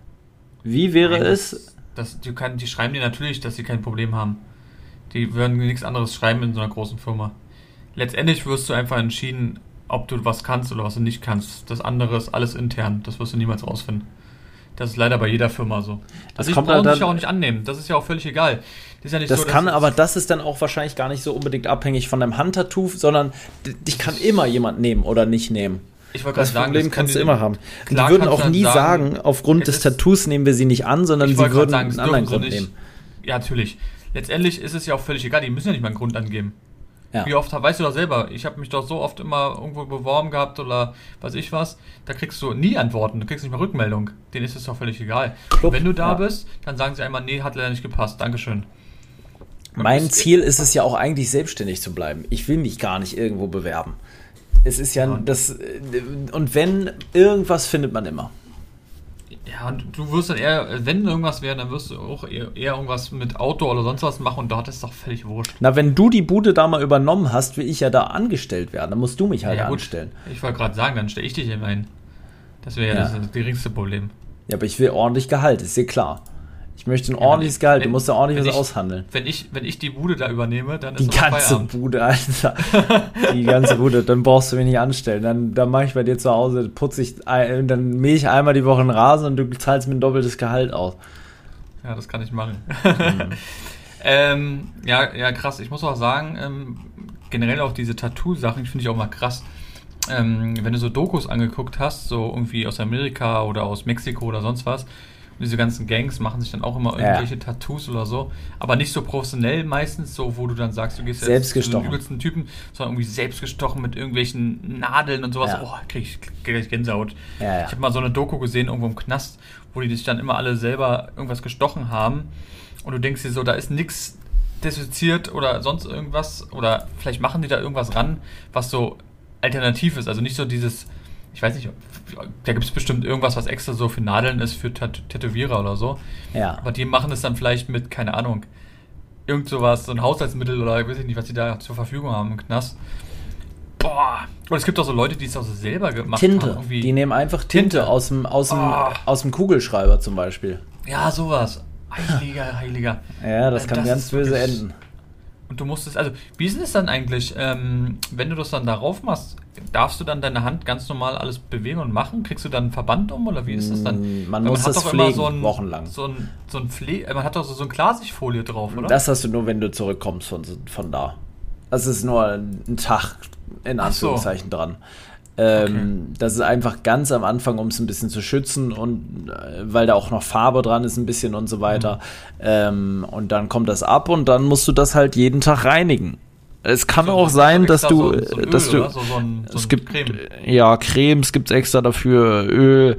Wie wäre Nein, es... Das, Das, die, kann, die schreiben dir natürlich, dass sie kein Problem haben. Die würden nichts anderes schreiben in so einer großen Firma. Letztendlich wirst du einfach entschieden, ob du was kannst oder was du nicht kannst. Das andere ist alles intern. Das wirst du niemals rausfinden. Das ist leider bei jeder Firma so. Das also ich brauche dich ja auch nicht annehmen. Das ist ja auch völlig egal. Das, ist ja nicht das so, kann, aber das ist dann auch wahrscheinlich gar nicht so unbedingt abhängig von deinem Handtattoo, sondern dich kann immer jemand nehmen oder nicht nehmen. Ich wollte gerade sagen, Problem kannst du immer haben. Die würden auch nie sagen, sagen aufgrund des Tattoos nehmen wir sie nicht an, sondern sie würden sagen, einen anderen Grund nehmen. Ja, natürlich. Letztendlich ist es ja auch völlig egal, die müssen ja nicht mal einen Grund angeben. Ja. Wie oft, weißt du doch selber, ich habe mich doch so oft immer irgendwo beworben gehabt oder weiß ich was, da kriegst du nie Antworten, du kriegst nicht mal Rückmeldung. Denen ist es doch völlig egal. Und wenn du da ja. bist, dann sagen sie einmal, nee, hat leider nicht gepasst, Dankeschön. Und mein Ziel ist es ja auch eigentlich, selbstständig zu bleiben. Ich will mich gar nicht irgendwo bewerben. Es ist ja, ja das, und wenn, irgendwas findet man immer. Ja, und du wirst dann eher, wenn irgendwas wäre, dann wirst du auch eher, eher irgendwas mit Auto oder sonst was machen und dort ist es doch völlig wurscht. Na, wenn du die Bude da mal übernommen hast, will ich ja da angestellt werden, dann musst du mich halt ja, anstellen. Gut. Ich wollte gerade sagen, dann stelle ich dich immer hin. Das wäre ja, ja das, das geringste Problem. Ja, aber ich will ordentlich Gehalt, ist dir klar. Ich möchte ein ja, ordentliches Gehalt, wenn, du musst da ordentlich was ich, aushandeln. Wenn ich, wenn ich die Bude da übernehme, dann ist die ganze Feierabend. Bude, Alter. Die ganze Bude, dann brauchst du mich nicht anstellen. Dann, dann mache ich bei dir zu Hause, putze ich, dann mähe ich einmal die Woche einen Rasen und du zahlst mir ein doppeltes Gehalt aus. Ja, das kann ich machen. Mhm. ähm, ja, ja, krass. Ich muss auch sagen, ähm, generell auch diese Tattoo-Sachen, finde ich auch mal krass. Ähm, wenn du so Dokus angeguckt hast, so irgendwie aus Amerika oder aus Mexiko oder sonst was, diese ganzen Gangs machen sich dann auch immer irgendwelche ja. Tattoos oder so, aber nicht so professionell meistens, so wo du dann sagst, du gehst jetzt zu den übelsten Typen, sondern irgendwie selbst gestochen mit irgendwelchen Nadeln und sowas. Ja. Oh, krieg ich, krieg ich Gänsehaut. Ja, ja. Ich habe mal so eine Doku gesehen, irgendwo im Knast, wo die sich dann immer alle selber irgendwas gestochen haben und du denkst dir so, da ist nichts desinfiziert oder sonst irgendwas oder vielleicht machen die da irgendwas ran, was so alternativ ist, also nicht so dieses ich weiß nicht, da gibt es bestimmt irgendwas, was extra so für Nadeln ist, für Tat- Tätowierer oder so. Ja. Aber die machen es dann vielleicht mit, keine Ahnung, irgend sowas, so ein Haushaltsmittel oder ich weiß nicht, was die da zur Verfügung haben im Knast. Boah. Und es gibt auch so Leute, die es auch so selber gemacht Tinte. haben. Irgendwie. Die nehmen einfach Tinte, Tinte. aus dem, aus dem, oh. aus dem Kugelschreiber zum Beispiel. Ja, sowas. Heiliger, heiliger. Ja, das kann das ganz böse wirklich enden. Und du musst es, also, wie ist es dann eigentlich, ähm, wenn du das dann darauf machst, darfst du dann deine Hand ganz normal alles bewegen und machen? Kriegst du dann einen Verband um oder wie ist das dann? Man muss man das pflegen, so ein, wochenlang. So ein, so ein Pfle- man hat doch so, so eine Klarsichtfolie drauf, oder? Das hast du nur, wenn du zurückkommst von, von da. Das ist nur ein Tag, in Anführungszeichen, so. dran. Ähm, okay. Das ist einfach ganz am Anfang, um es ein bisschen zu schützen und äh, weil da auch noch Farbe dran ist ein bisschen und so weiter. Mhm. Ähm, und dann kommt das ab und dann musst du das halt jeden Tag reinigen. Es kann so, auch sein, dass du, so, so Öl, dass du, so, so ein, so es gibt Creme. Ja, Cremes gibt's extra dafür, Öl,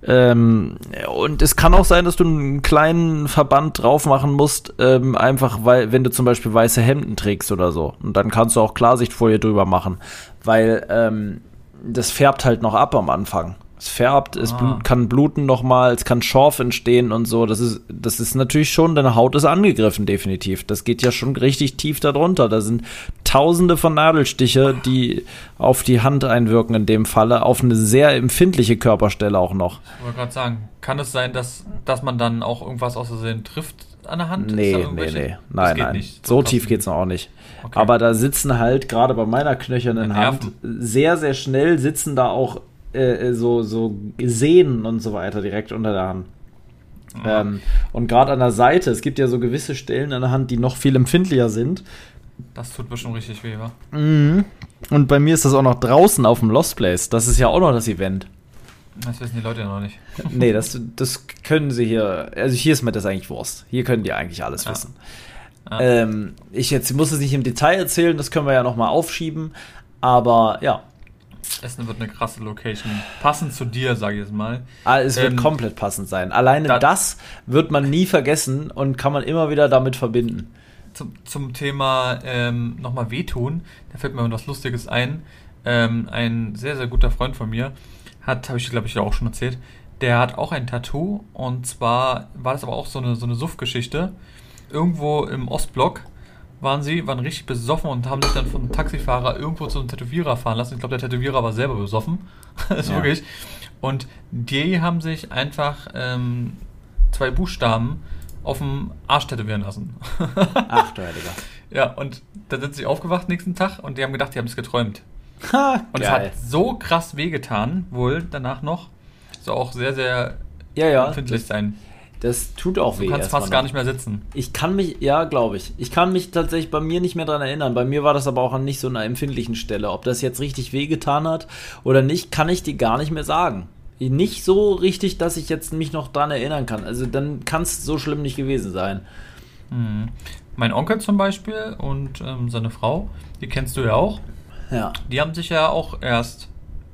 ähm, und es kann auch sein, dass du einen kleinen Verband drauf machen musst, ähm, einfach weil, wenn du zum Beispiel weiße Hemden trägst oder so, und dann kannst du auch Klarsichtfolie drüber machen, weil ähm, das färbt halt noch ab am Anfang. Es färbt, es ah. blut, kann bluten nochmal, es kann Schorf entstehen und so. Das ist, das ist natürlich schon, deine Haut ist angegriffen, definitiv. Das geht ja schon richtig tief darunter. Da sind tausende von Nadelstiche, die auf die Hand einwirken in dem Falle, auf eine sehr empfindliche Körperstelle auch noch. Ich wollte gerade sagen, kann es sein, dass, dass man dann auch irgendwas aus Versehen trifft an der Hand? Nee, nee, nee. Nein, nein. Nicht. So, so tief geht's noch auch nicht. Okay. Aber da sitzen halt, gerade bei meiner knöchernen Hand, sehr, sehr schnell sitzen da auch äh, so, so Sehnen und so weiter direkt unter der Hand. Mhm. Ähm, und gerade an der Seite, es gibt ja so gewisse Stellen an der Hand, die noch viel empfindlicher sind. Das tut bestimmt richtig weh, wa? Mhm. Und bei mir ist das auch noch draußen auf dem Lost Place. Das ist ja auch noch das Event. Das wissen die Leute ja noch nicht. Nee, das, das können sie hier, also hier ist mir das eigentlich Wurst. Hier können die eigentlich alles ja. wissen. Ja. Ähm, ich jetzt muss es nicht im Detail erzählen, das können wir ja nochmal aufschieben, aber ja. Essen wird eine krasse Location. Passend zu dir, sage ich jetzt mal. Ah, es wird ähm, komplett passend sein. Alleine da, das wird man nie vergessen und kann man immer wieder damit verbinden. Zum, zum Thema ähm, nochmal wehtun, da fällt mir was Lustiges ein. Ähm, ein sehr, sehr guter Freund von mir hat, habe ich glaube ich ja auch schon erzählt, der hat auch ein Tattoo und zwar war das aber auch so eine, so eine Suff-Geschichte. Irgendwo im Ostblock waren sie, waren richtig besoffen und haben sich dann von einem Taxifahrer irgendwo zu einem Tätowierer fahren lassen. Ich glaube, der Tätowierer war selber besoffen. Das ist ja. wirklich. Und die haben sich einfach ähm, zwei Buchstaben auf dem Arsch tätowieren lassen. Ach du Heiliger. Ja, und dann sind sie aufgewacht nächsten Tag und die haben gedacht, die haben es geträumt. Ha, und es hat so krass wehgetan, wohl danach noch. So auch sehr, sehr ja, ja, empfindlich das, sein. Das tut auch du weh. Du kannst fast gar nicht mehr sitzen. Ich kann mich, ja, glaube ich. Ich kann mich tatsächlich bei mir nicht mehr dran erinnern. Bei mir war das aber auch an nicht so einer empfindlichen Stelle. Ob das jetzt richtig wehgetan hat oder nicht, kann ich dir gar nicht mehr sagen. Nicht so richtig, dass ich jetzt mich noch dran erinnern kann. Also dann kann es so schlimm nicht gewesen sein. Mhm. Mein Onkel zum Beispiel und ähm, seine Frau, die kennst du ja auch. Ja. Die haben sich ja auch erst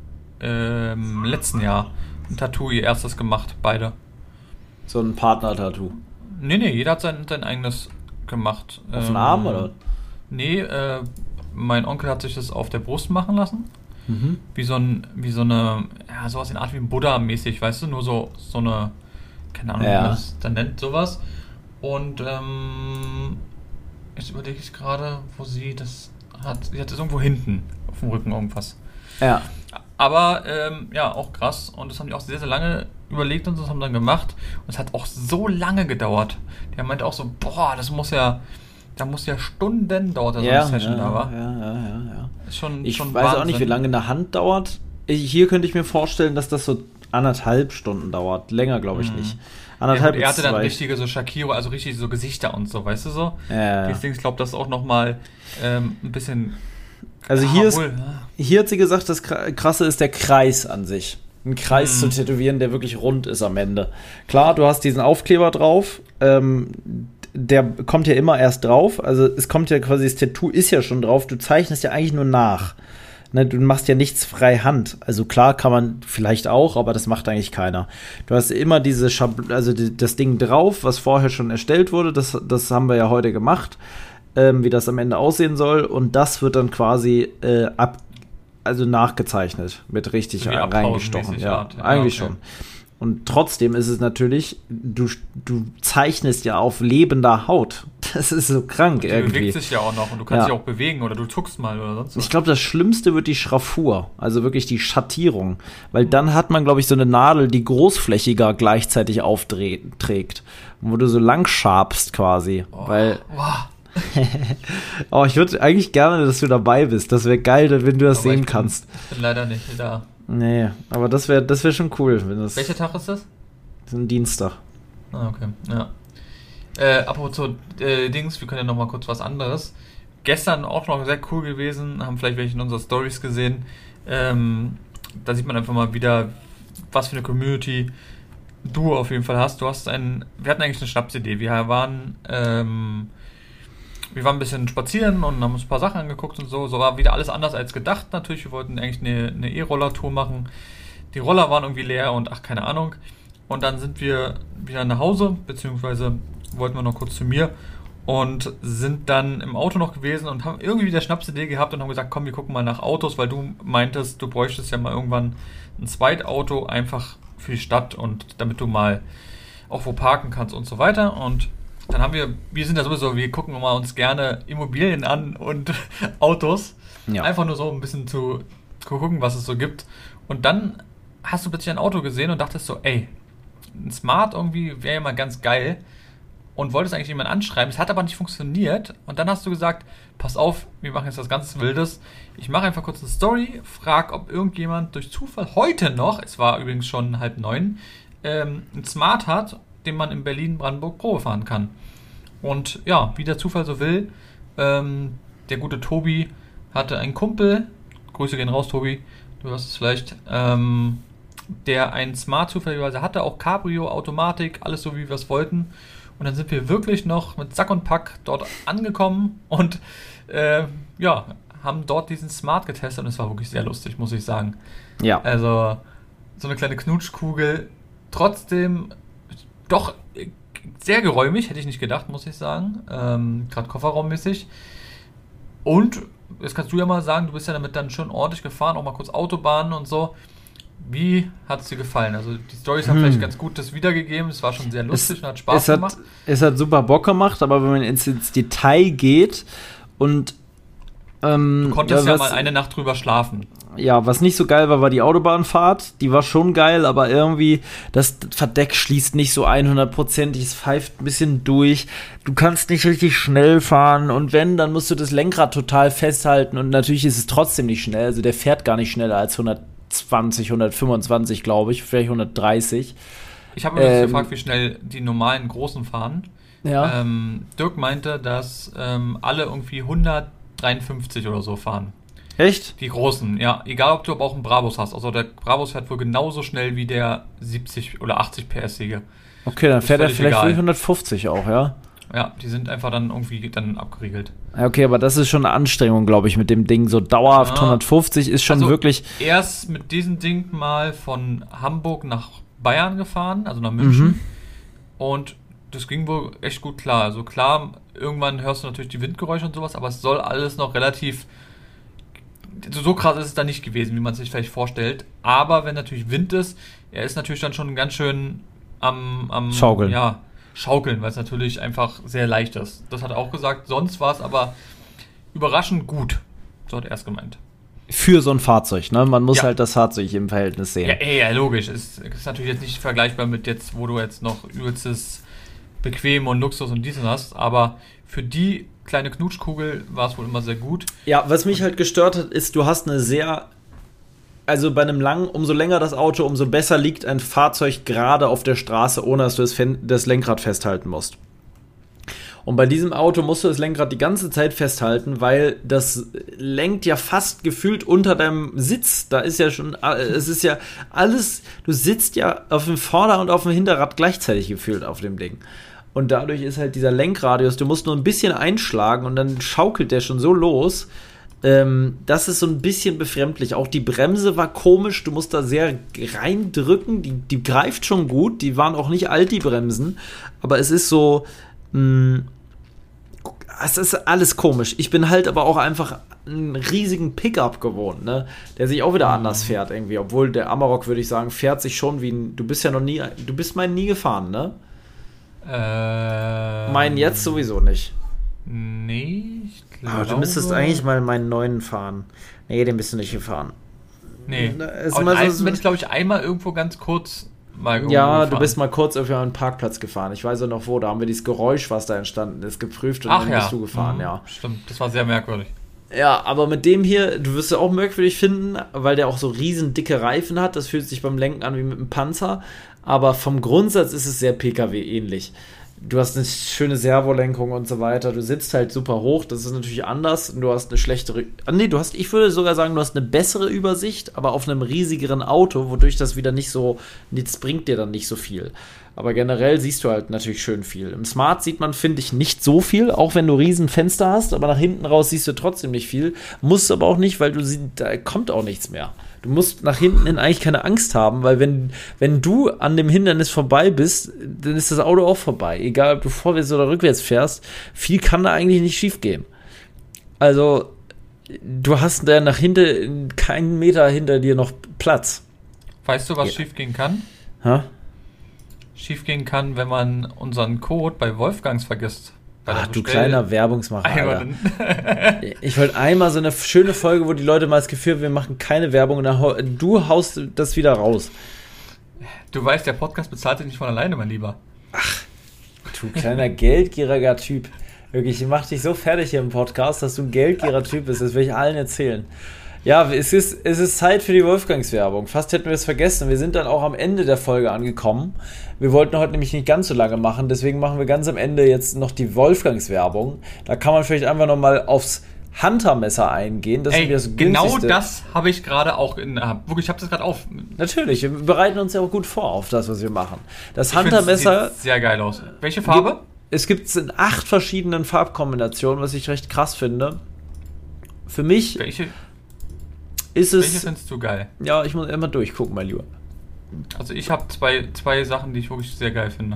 ähm, letzten Jahr ein Tattoo, ihr erstes gemacht, beide. So ein Partner-Tattoo? Nee, nee, jeder hat sein, sein eigenes gemacht. Auf den ähm, Arm, oder? Nee, äh, mein Onkel hat sich das auf der Brust machen lassen. Mhm. Wie so ein, wie so eine, ja, sowas in Art wie ein Buddha-mäßig, weißt du? Nur so, so eine, keine Ahnung, ja. wie man das dann nennt, sowas. Und, ähm, jetzt überlege ich gerade, wo sie das hat. Sie hat es irgendwo hinten auf dem Rücken irgendwas. Ja. Aber, ähm, ja, auch krass. Und das haben die auch sehr, sehr lange überlegt und das haben dann gemacht. Und es hat auch so lange gedauert. Der meinte auch so, boah, das muss ja, da muss ja Stunden dauert, dass ja, so eine Session ja, da war. Ja, ja, ja, ja. Ist schon, ich schon weiß Wahnsinn. auch nicht, wie lange eine Hand dauert. Ich, hier könnte ich mir vorstellen, dass das so anderthalb Stunden dauert. Länger glaube ich mhm. nicht. Anderthalb ja, er hatte dann richtige so Shakiro, also richtig so Gesichter und so, weißt du so? Ja. Deswegen, ich glaube, das auch nochmal ähm, ein bisschen... Also hier, ist, hier hat sie gesagt, das Krasse ist der Kreis an sich. Ein Kreis mhm. zu tätowieren, der wirklich rund ist am Ende. Klar, du hast diesen Aufkleber drauf, ähm, der kommt ja immer erst drauf. Also es kommt ja quasi, das Tattoo ist ja schon drauf. Du zeichnest ja eigentlich nur nach. Ne, du machst ja nichts frei Hand. Also klar kann man vielleicht auch, aber das macht eigentlich keiner. Du hast immer diese Schab- also die, das Ding drauf, was vorher schon erstellt wurde. Das, das haben wir ja heute gemacht, ähm, wie das am Ende aussehen soll. Und das wird dann quasi äh, ab, also nachgezeichnet, mit richtig So wie reingestochen. Ja, Art. Ja, eigentlich okay. schon. Und trotzdem ist es natürlich, du, du zeichnest ja auf lebender Haut. Das ist so krank Die irgendwie. bewegt sich ja auch noch und du kannst Ja. dich auch bewegen oder du zuckst mal oder sonst was. Ich glaube, das Schlimmste wird die Schraffur, also wirklich die Schattierung. Weil dann hat man, glaube ich, so eine Nadel, die großflächiger gleichzeitig aufträgt. Wo du so lang schabst quasi. Oh, Weil, wow. oh, ich würde eigentlich gerne, dass du dabei bist. Das wäre geil, wenn du das Aber sehen ich bin, kannst. Ich bin leider nicht da. Nee, aber das wäre das wär schon cool. Wenn das, Welcher Tag ist das? das ist ein Dienstag. Ah, okay. Ja. Äh, apropos so, äh, Dings, wir können ja noch mal kurz was anderes. Gestern auch noch sehr cool gewesen, haben vielleicht welche in unseren Stories gesehen. Ähm, da sieht man einfach mal wieder, was für eine Community du auf jeden Fall hast. Du hast einen, wir hatten eigentlich eine Schnapsidee. Wir waren, ähm, wir waren ein bisschen spazieren und haben uns ein paar Sachen angeguckt und so. So war wieder alles anders als gedacht natürlich. Wir wollten eigentlich eine, eine E-Roller-Tour machen. Die Roller waren irgendwie leer und ach, keine Ahnung. Und dann sind wir wieder nach Hause, beziehungsweise wollten wir noch kurz zu mir und sind dann im Auto noch gewesen und haben irgendwie wieder Schnapsidee gehabt und haben gesagt, komm, wir gucken mal nach Autos, weil du meintest, du bräuchtest ja mal irgendwann ein Zweitauto einfach für die Stadt und damit du mal auch wo parken kannst und so weiter. Und dann haben wir, wir sind ja sowieso, wir gucken mal uns gerne Immobilien an und Autos. Ja. Einfach nur so ein bisschen zu, zu gucken, was es so gibt. Und dann hast du plötzlich ein Auto gesehen und dachtest so, ey, ein Smart irgendwie wäre ja mal ganz geil. Und wolltest eigentlich jemanden anschreiben, es hat aber nicht funktioniert. Und dann hast du gesagt, pass auf, wir machen jetzt was ganz Wildes. Ich mache einfach kurz eine Story, frag, ob irgendjemand durch Zufall heute noch, es war übrigens schon halb neun, ähm, ein Smart hat, den man in Berlin-Brandenburg Probe fahren kann. Und ja, wie der Zufall so will, ähm, der gute Tobi hatte einen Kumpel, Grüße gehen raus, Tobi, du hörst es vielleicht, ähm, der einen Smart zufälligerweise hatte, auch Cabrio, Automatik, alles so wie wir es wollten. Und dann sind wir wirklich noch mit Sack und Pack dort angekommen und äh, ja, haben dort diesen Smart getestet und es war wirklich sehr lustig, muss ich sagen. Ja. Also so eine kleine Knutschkugel, trotzdem doch sehr geräumig, hätte ich nicht gedacht, muss ich sagen. Ähm, Gerade kofferraummäßig. Und, jetzt kannst du ja mal sagen, du bist ja damit dann schon ordentlich gefahren, auch mal kurz Autobahnen und so. Wie hat es dir gefallen? Also die Storys haben hm. vielleicht ganz gut das wiedergegeben. Es war schon sehr lustig es, und hat Spaß es hat, gemacht. Es hat super Bock gemacht, aber wenn man ins, ins Detail geht und ähm, du konntest ja, ja was, mal eine Nacht drüber schlafen. Ja, was nicht so geil war, war die Autobahnfahrt. Die war schon geil, aber irgendwie das Verdeck schließt nicht so hundertprozentig. Es pfeift ein bisschen durch. Du kannst nicht richtig schnell fahren und wenn, dann musst du das Lenkrad total festhalten und natürlich ist es trotzdem nicht schnell. Also der fährt gar nicht schneller als hundertzwanzig, hundertfünfundzwanzig, glaube ich, vielleicht hundertdreißig. Ich habe mir ähm, gefragt, wie schnell die normalen Großen fahren. Ja. Ähm, Dirk meinte, dass ähm, alle irgendwie hundertdreiundfünfzig oder so fahren. Echt? Die Großen, ja. Egal, ob du aber auch einen Brabus hast. Also der Brabus fährt wohl genauso schnell wie der siebzig oder achtzig P S-Sige. Okay, dann fährt er vielleicht hundertfünfzig auch, ja? Ja, die sind einfach dann irgendwie dann abgeriegelt. Ja, okay, aber das ist schon eine Anstrengung, glaube ich, mit dem Ding. So dauerhaft ja. hundertfünfzig ist schon also wirklich... erst mit diesem Ding mal von Hamburg nach Bayern gefahren, also nach München. Mhm. Und das ging wohl echt gut klar. Also klar, irgendwann hörst du natürlich die Windgeräusche und sowas, aber es soll alles noch relativ... So krass ist es dann nicht gewesen, wie man sich vielleicht vorstellt. Aber wenn natürlich Wind ist, er ist natürlich dann schon ganz schön am... am Schaukeln. Ja, schaukeln, weil es natürlich einfach sehr leicht ist. Das hat er auch gesagt. Sonst war es aber überraschend gut. So hat er es gemeint. Für so ein Fahrzeug, ne? Man muss ja. halt das Fahrzeug im Verhältnis sehen. Ja, ja, logisch. Es ist natürlich jetzt nicht vergleichbar mit jetzt, wo du jetzt noch übelstes Bequem und Luxus und dies und das. Aber für die kleine Knutschkugel war es wohl immer sehr gut. Ja, was mich halt gestört hat, ist, du hast eine sehr... Also bei einem langen, umso länger das Auto, umso besser liegt ein Fahrzeug gerade auf der Straße, ohne dass du das, Fen- das Lenkrad festhalten musst. Und bei diesem Auto musst du das Lenkrad die ganze Zeit festhalten, weil das lenkt ja fast gefühlt unter deinem Sitz. Da ist ja schon, es ist ja alles, du sitzt ja auf dem Vorder- und auf dem Hinterrad gleichzeitig gefühlt auf dem Ding. Und dadurch ist halt dieser Lenkradius, du musst nur ein bisschen einschlagen und dann schaukelt der schon so los. Ähm, das ist so ein bisschen befremdlich. Auch die Bremse war komisch, du musst da sehr reindrücken, die, die greift schon gut, die waren auch nicht alt, die Bremsen, aber es ist so, mh, es ist alles komisch. Ich bin halt aber auch einfach einen riesigen Pickup gewohnt, ne? Der sich auch wieder anders fährt irgendwie. Obwohl der Amarok, würde ich sagen, fährt sich schon wie ein, du bist ja noch nie, du bist meinen nie gefahren, ne? Ähm, Meinen jetzt sowieso nicht. Nee, ich glaube... Aber du müsstest eigentlich mal meinen neuen fahren. Nee, den bist du nicht gefahren. Nee, ist aber mal so, so, bin ich, glaube ich, einmal irgendwo ganz kurz mal irgendwo ja, gefahren. du bist mal kurz auf einen Parkplatz gefahren. Ich weiß auch noch wo. Da haben wir dieses Geräusch, was da entstanden ist, geprüft und Ach dann ja. bist du gefahren, Mhm, ja. Stimmt, das war sehr merkwürdig. Ja, aber mit dem hier, du wirst es auch merkwürdig finden, weil der auch so riesen dicke Reifen hat. Das fühlt sich beim Lenken an wie mit einem Panzer. Aber vom Grundsatz ist es sehr P K W-ähnlich. Du hast eine schöne Servolenkung und so weiter. Du sitzt halt super hoch. Das ist natürlich anders. Du hast eine schlechtere... Ah, nee, du hast, ich würde sogar sagen, du hast eine bessere Übersicht, aber auf einem riesigeren Auto, wodurch das wieder nicht so... Nichts bringt dir dann nicht so viel. Aber generell siehst du halt natürlich schön viel. Im Smart sieht man, finde ich, nicht so viel, auch wenn du riesen Fenster hast, aber nach hinten raus siehst du trotzdem nicht viel. Musst aber auch nicht, weil du siehst, da kommt auch nichts mehr. Du musst nach hinten hin eigentlich keine Angst haben, weil wenn, wenn du an dem Hindernis vorbei bist, dann ist das Auto auch vorbei. Egal, ob du vorwärts oder rückwärts fährst, viel kann da eigentlich nicht schief gehen. Also, du hast da nach hinten keinen Meter hinter dir noch Platz. Weißt du, was Ja. schief gehen kann? Hä? Schief gehen kann, wenn man unseren Code bei Wolfgangs vergisst. Bei der Ach, du Bestell- kleiner Werbungsmacher, Alter. Einmal- Ich wollte einmal so eine schöne Folge, wo die Leute mal das Gefühl haben, wir machen keine Werbung und dann hau- du haust das wieder raus. Du weißt, der Podcast bezahlt sich nicht von alleine, mein Lieber. Du kleiner geldgieriger Typ. Wirklich, ich mach dich so fertig hier im Podcast, dass du ein geldgieriger Typ bist. Das will ich allen erzählen. Ja, es ist, es ist Zeit für die Wolfgangs-Werbung. Fast hätten wir es vergessen. Wir sind dann auch am Ende der Folge angekommen. Wir wollten heute nämlich nicht ganz so lange machen, deswegen machen wir ganz am Ende jetzt noch die Wolfgangs-Werbung. Da kann man vielleicht einfach nochmal aufs Hunter-Messer eingehen. Das Ey, ist das genau günstigste. das habe ich gerade auch in der Hand. Wirklich, ich habe das gerade auf. Natürlich, wir bereiten uns ja auch gut vor auf das, was wir machen. Das Ich finde, es Hunter-Messer... sieht sehr geil aus. Welche Farbe? Es gibt es in acht verschiedenen Farbkombinationen, was ich recht krass finde. Für mich Welche, ist welche es... findest du geil? Ja, ich muss immer durchgucken, mein Lieber. Also ich habe zwei, zwei Sachen, die ich wirklich sehr geil finde.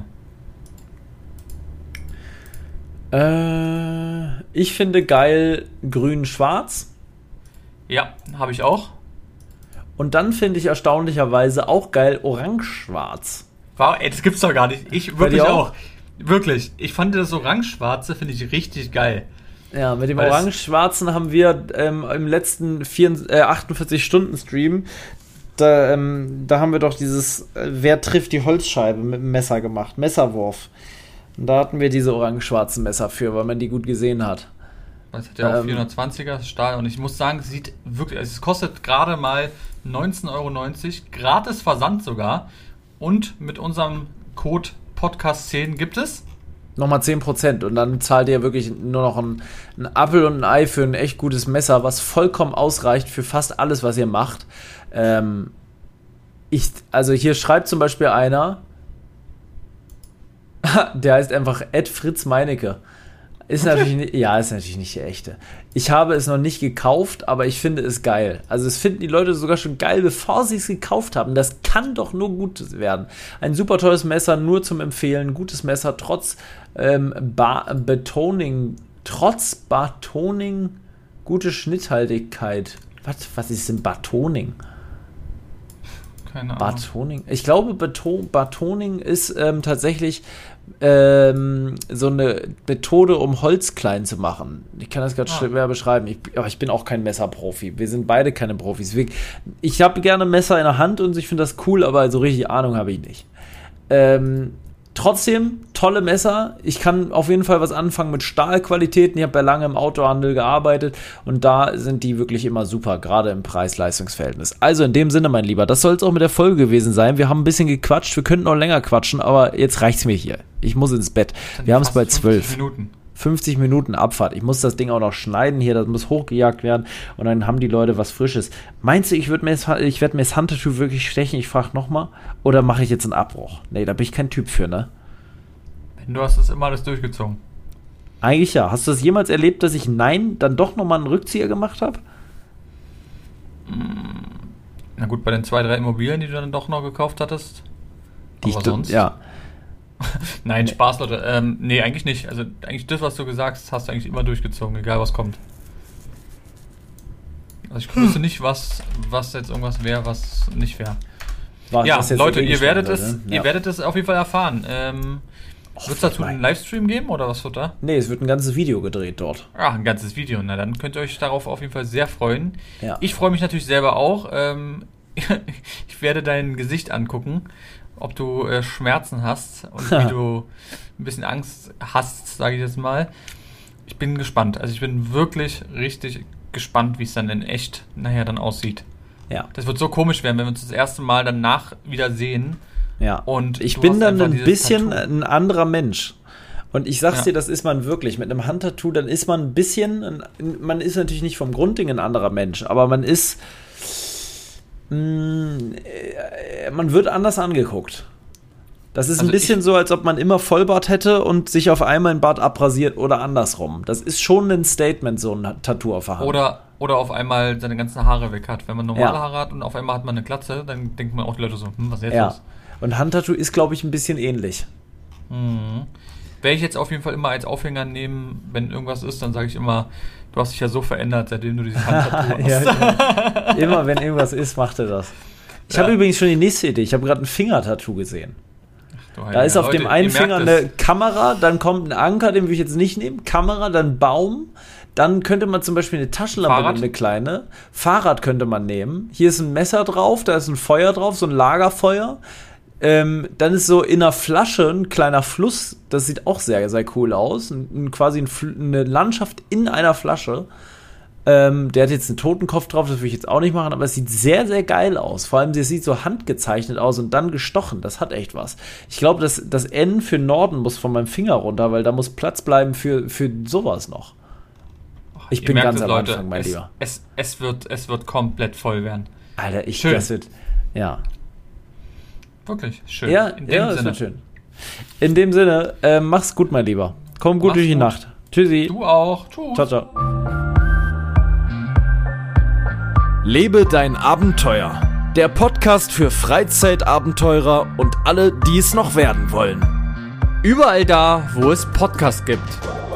Äh, ich finde geil grün-schwarz. Ja, habe ich auch. Und dann finde ich erstaunlicherweise auch geil orange-schwarz. Wow, ey, das gibt's doch gar nicht. Ich Bei wirklich dir auch. auch? Wirklich. Ich fand das orange-schwarze, finde ich richtig geil. Ja, mit dem Weil es- orange-schwarzen haben wir ähm, im letzten vierundvierzig, äh, achtundvierzig-Stunden-Stream, da, ähm, da haben wir doch dieses äh, Wer trifft die Holzscheibe mit dem Messer gemacht, Messerwurf. Und da hatten wir diese orange-schwarzen Messer für, weil man die gut gesehen hat. Das hat ja auch Ähm, vierhundertzwanziger Stahl und ich muss sagen, es sieht wirklich, also es kostet gerade mal neunzehn Euro neunzig, gratis Versand sogar und mit unserem Code Podcast zehn gibt es. Nochmal zehn Prozent und dann zahlt ihr wirklich nur noch ein, ein Apfel und ein Ei für ein echt gutes Messer, was vollkommen ausreicht für fast alles, was ihr macht. Ähm, ich, also hier schreibt zum Beispiel einer, der heißt einfach Ed Fritz Meinecke. Ist natürlich nicht, ja, ist natürlich nicht der echte. Ich habe es noch nicht gekauft, aber ich finde es geil. Also es finden die Leute sogar schon geil, bevor sie es gekauft haben. Das kann doch nur gut werden. Ein super tolles Messer, nur zum Empfehlen. Gutes Messer, trotz ähm, ba- Betoning, trotz Batoning, gute Schnitthaltigkeit. Was, was ist denn Batoning? Keine Ahnung. Batoning? Ich glaube, Beto- Batoning ist ähm, tatsächlich ähm, so eine Methode, um Holz klein zu machen. Ich kann das ganz Ah. schwer beschreiben. Ich, aber ich bin auch kein Messerprofi. Wir sind beide keine Profis. Wir, ich habe gerne Messer in der Hand und ich finde das cool, aber so richtig Ahnung habe ich nicht. Ähm, trotzdem, tolle Messer. Ich kann auf jeden Fall was anfangen mit Stahlqualitäten. Ich habe ja lange im Autohandel gearbeitet und da sind die wirklich immer super, gerade im Preis-Leistungs-Verhältnis. Also in dem Sinne, mein Lieber, das soll es auch mit der Folge gewesen sein. Wir haben ein bisschen gequatscht, wir könnten noch länger quatschen, aber jetzt reicht's mir hier. Ich muss ins Bett. Dann Wir haben es fast bei fünfzig zwölf. Minuten. fünfzig Minuten Abfahrt. Ich muss das Ding auch noch schneiden hier, das muss hochgejagt werden und dann haben die Leute was Frisches. Meinst du, ich, würd mir das, ich werde mir das Handtattoo wirklich stechen? Ich frage nochmal. Oder mache ich jetzt einen Abbruch? Nee, da bin ich kein Typ für, ne? Du hast das immer alles durchgezogen. Eigentlich ja. Hast du das jemals erlebt, dass ich Nein dann doch nochmal einen Rückzieher gemacht habe? Na gut, bei den zwei, drei Immobilien, die du dann doch noch gekauft hattest. Die Aber ich, sonst? Ja. Nein, nee. Spaß, Leute. Ähm, nee, eigentlich nicht. Also eigentlich das, was du gesagt hast, hast du eigentlich immer durchgezogen, egal was kommt. Also ich wüsste hm. nicht, was, was jetzt irgendwas wäre, was nicht wäre. Ja, Leute, ihr werdet es, ne? ja. ihr werdet es auf jeden Fall erfahren. Ähm, wird es dazu einen Livestream geben oder was wird da? Nee, es wird ein ganzes Video gedreht dort. Ach, ein ganzes Video. Na, dann könnt ihr euch darauf auf jeden Fall sehr freuen. Ja. Ich freue mich natürlich selber auch. Ähm, ich werde dein Gesicht angucken, ob du äh, Schmerzen hast und wie du ein bisschen Angst hast, sage ich jetzt mal. Ich bin gespannt. Also ich bin wirklich richtig gespannt, wie es dann in echt nachher dann aussieht. Ja. Das wird so komisch werden, wenn wir uns das erste Mal danach wieder sehen. Ja. Und ich bin dann ein bisschen Tattoo. Ein anderer Mensch. Und ich sag's ja. dir, das ist man wirklich. Mit einem Handtattoo, dann ist man ein bisschen, man ist natürlich nicht vom Grundding ein anderer Mensch, aber man ist, mh, man wird anders angeguckt. Das ist also ein bisschen ich, so, als ob man immer Vollbart hätte und sich auf einmal ein Bart abrasiert oder andersrum. Das ist schon ein Statement, so ein Tattoo auf der Hand. Oder, oder auf einmal seine ganzen Haare weg hat. Wenn man normale ja. Haare hat und auf einmal hat man eine Glatze, dann denkt man auch die Leute so, hm, was ist jetzt ja. los? Und Handtattoo ist, glaube ich, ein bisschen ähnlich. Mhm. Werde ich jetzt auf jeden Fall immer als Aufhänger nehmen, wenn irgendwas ist, dann sage ich immer, du hast dich ja so verändert, seitdem du dieses Handtattoo hast. ja, ja. Immer wenn irgendwas ist, macht er das. Ich ja. habe übrigens schon die nächste Idee. Ich habe gerade ein Fingertattoo gesehen. Ach, da ist auf Leute, dem einen Finger eine Kamera, dann kommt ein Anker, den will ich jetzt nicht nehmen, Kamera, dann Baum, dann könnte man zum Beispiel eine Taschenlampe nehmen, eine kleine, Fahrrad könnte man nehmen, hier ist ein Messer drauf, da ist ein Feuer drauf, so ein Lagerfeuer, ähm, dann ist so in einer Flasche ein kleiner Fluss, das sieht auch sehr, sehr cool aus, ein, ein, quasi ein, eine Landschaft in einer Flasche. Ähm, der hat jetzt einen Totenkopf drauf, das will ich jetzt auch nicht machen, aber es sieht sehr, sehr geil aus. Vor allem, es sieht so handgezeichnet aus und dann gestochen. Das hat echt was. Ich glaube, das, das N für Norden muss von meinem Finger runter, weil da muss Platz bleiben für, für sowas noch. Ich Ihr bin ganz es, am Leute, Anfang, mein es, Lieber. Es, es, wird, es wird komplett voll werden. Alter, ich, schön. das wird, ja. Wirklich, schön. Ja, In dem ja, Sinne. Das wird schön. In dem Sinne, äh, mach's gut, mein Lieber. Komm gut mach's durch die gut. Nacht. Tschüssi. Du auch. Tschüss. Ciao, ciao. Lebe dein Abenteuer. Der Podcast für Freizeitabenteurer und alle, die es noch werden wollen. Überall da, wo es Podcasts gibt.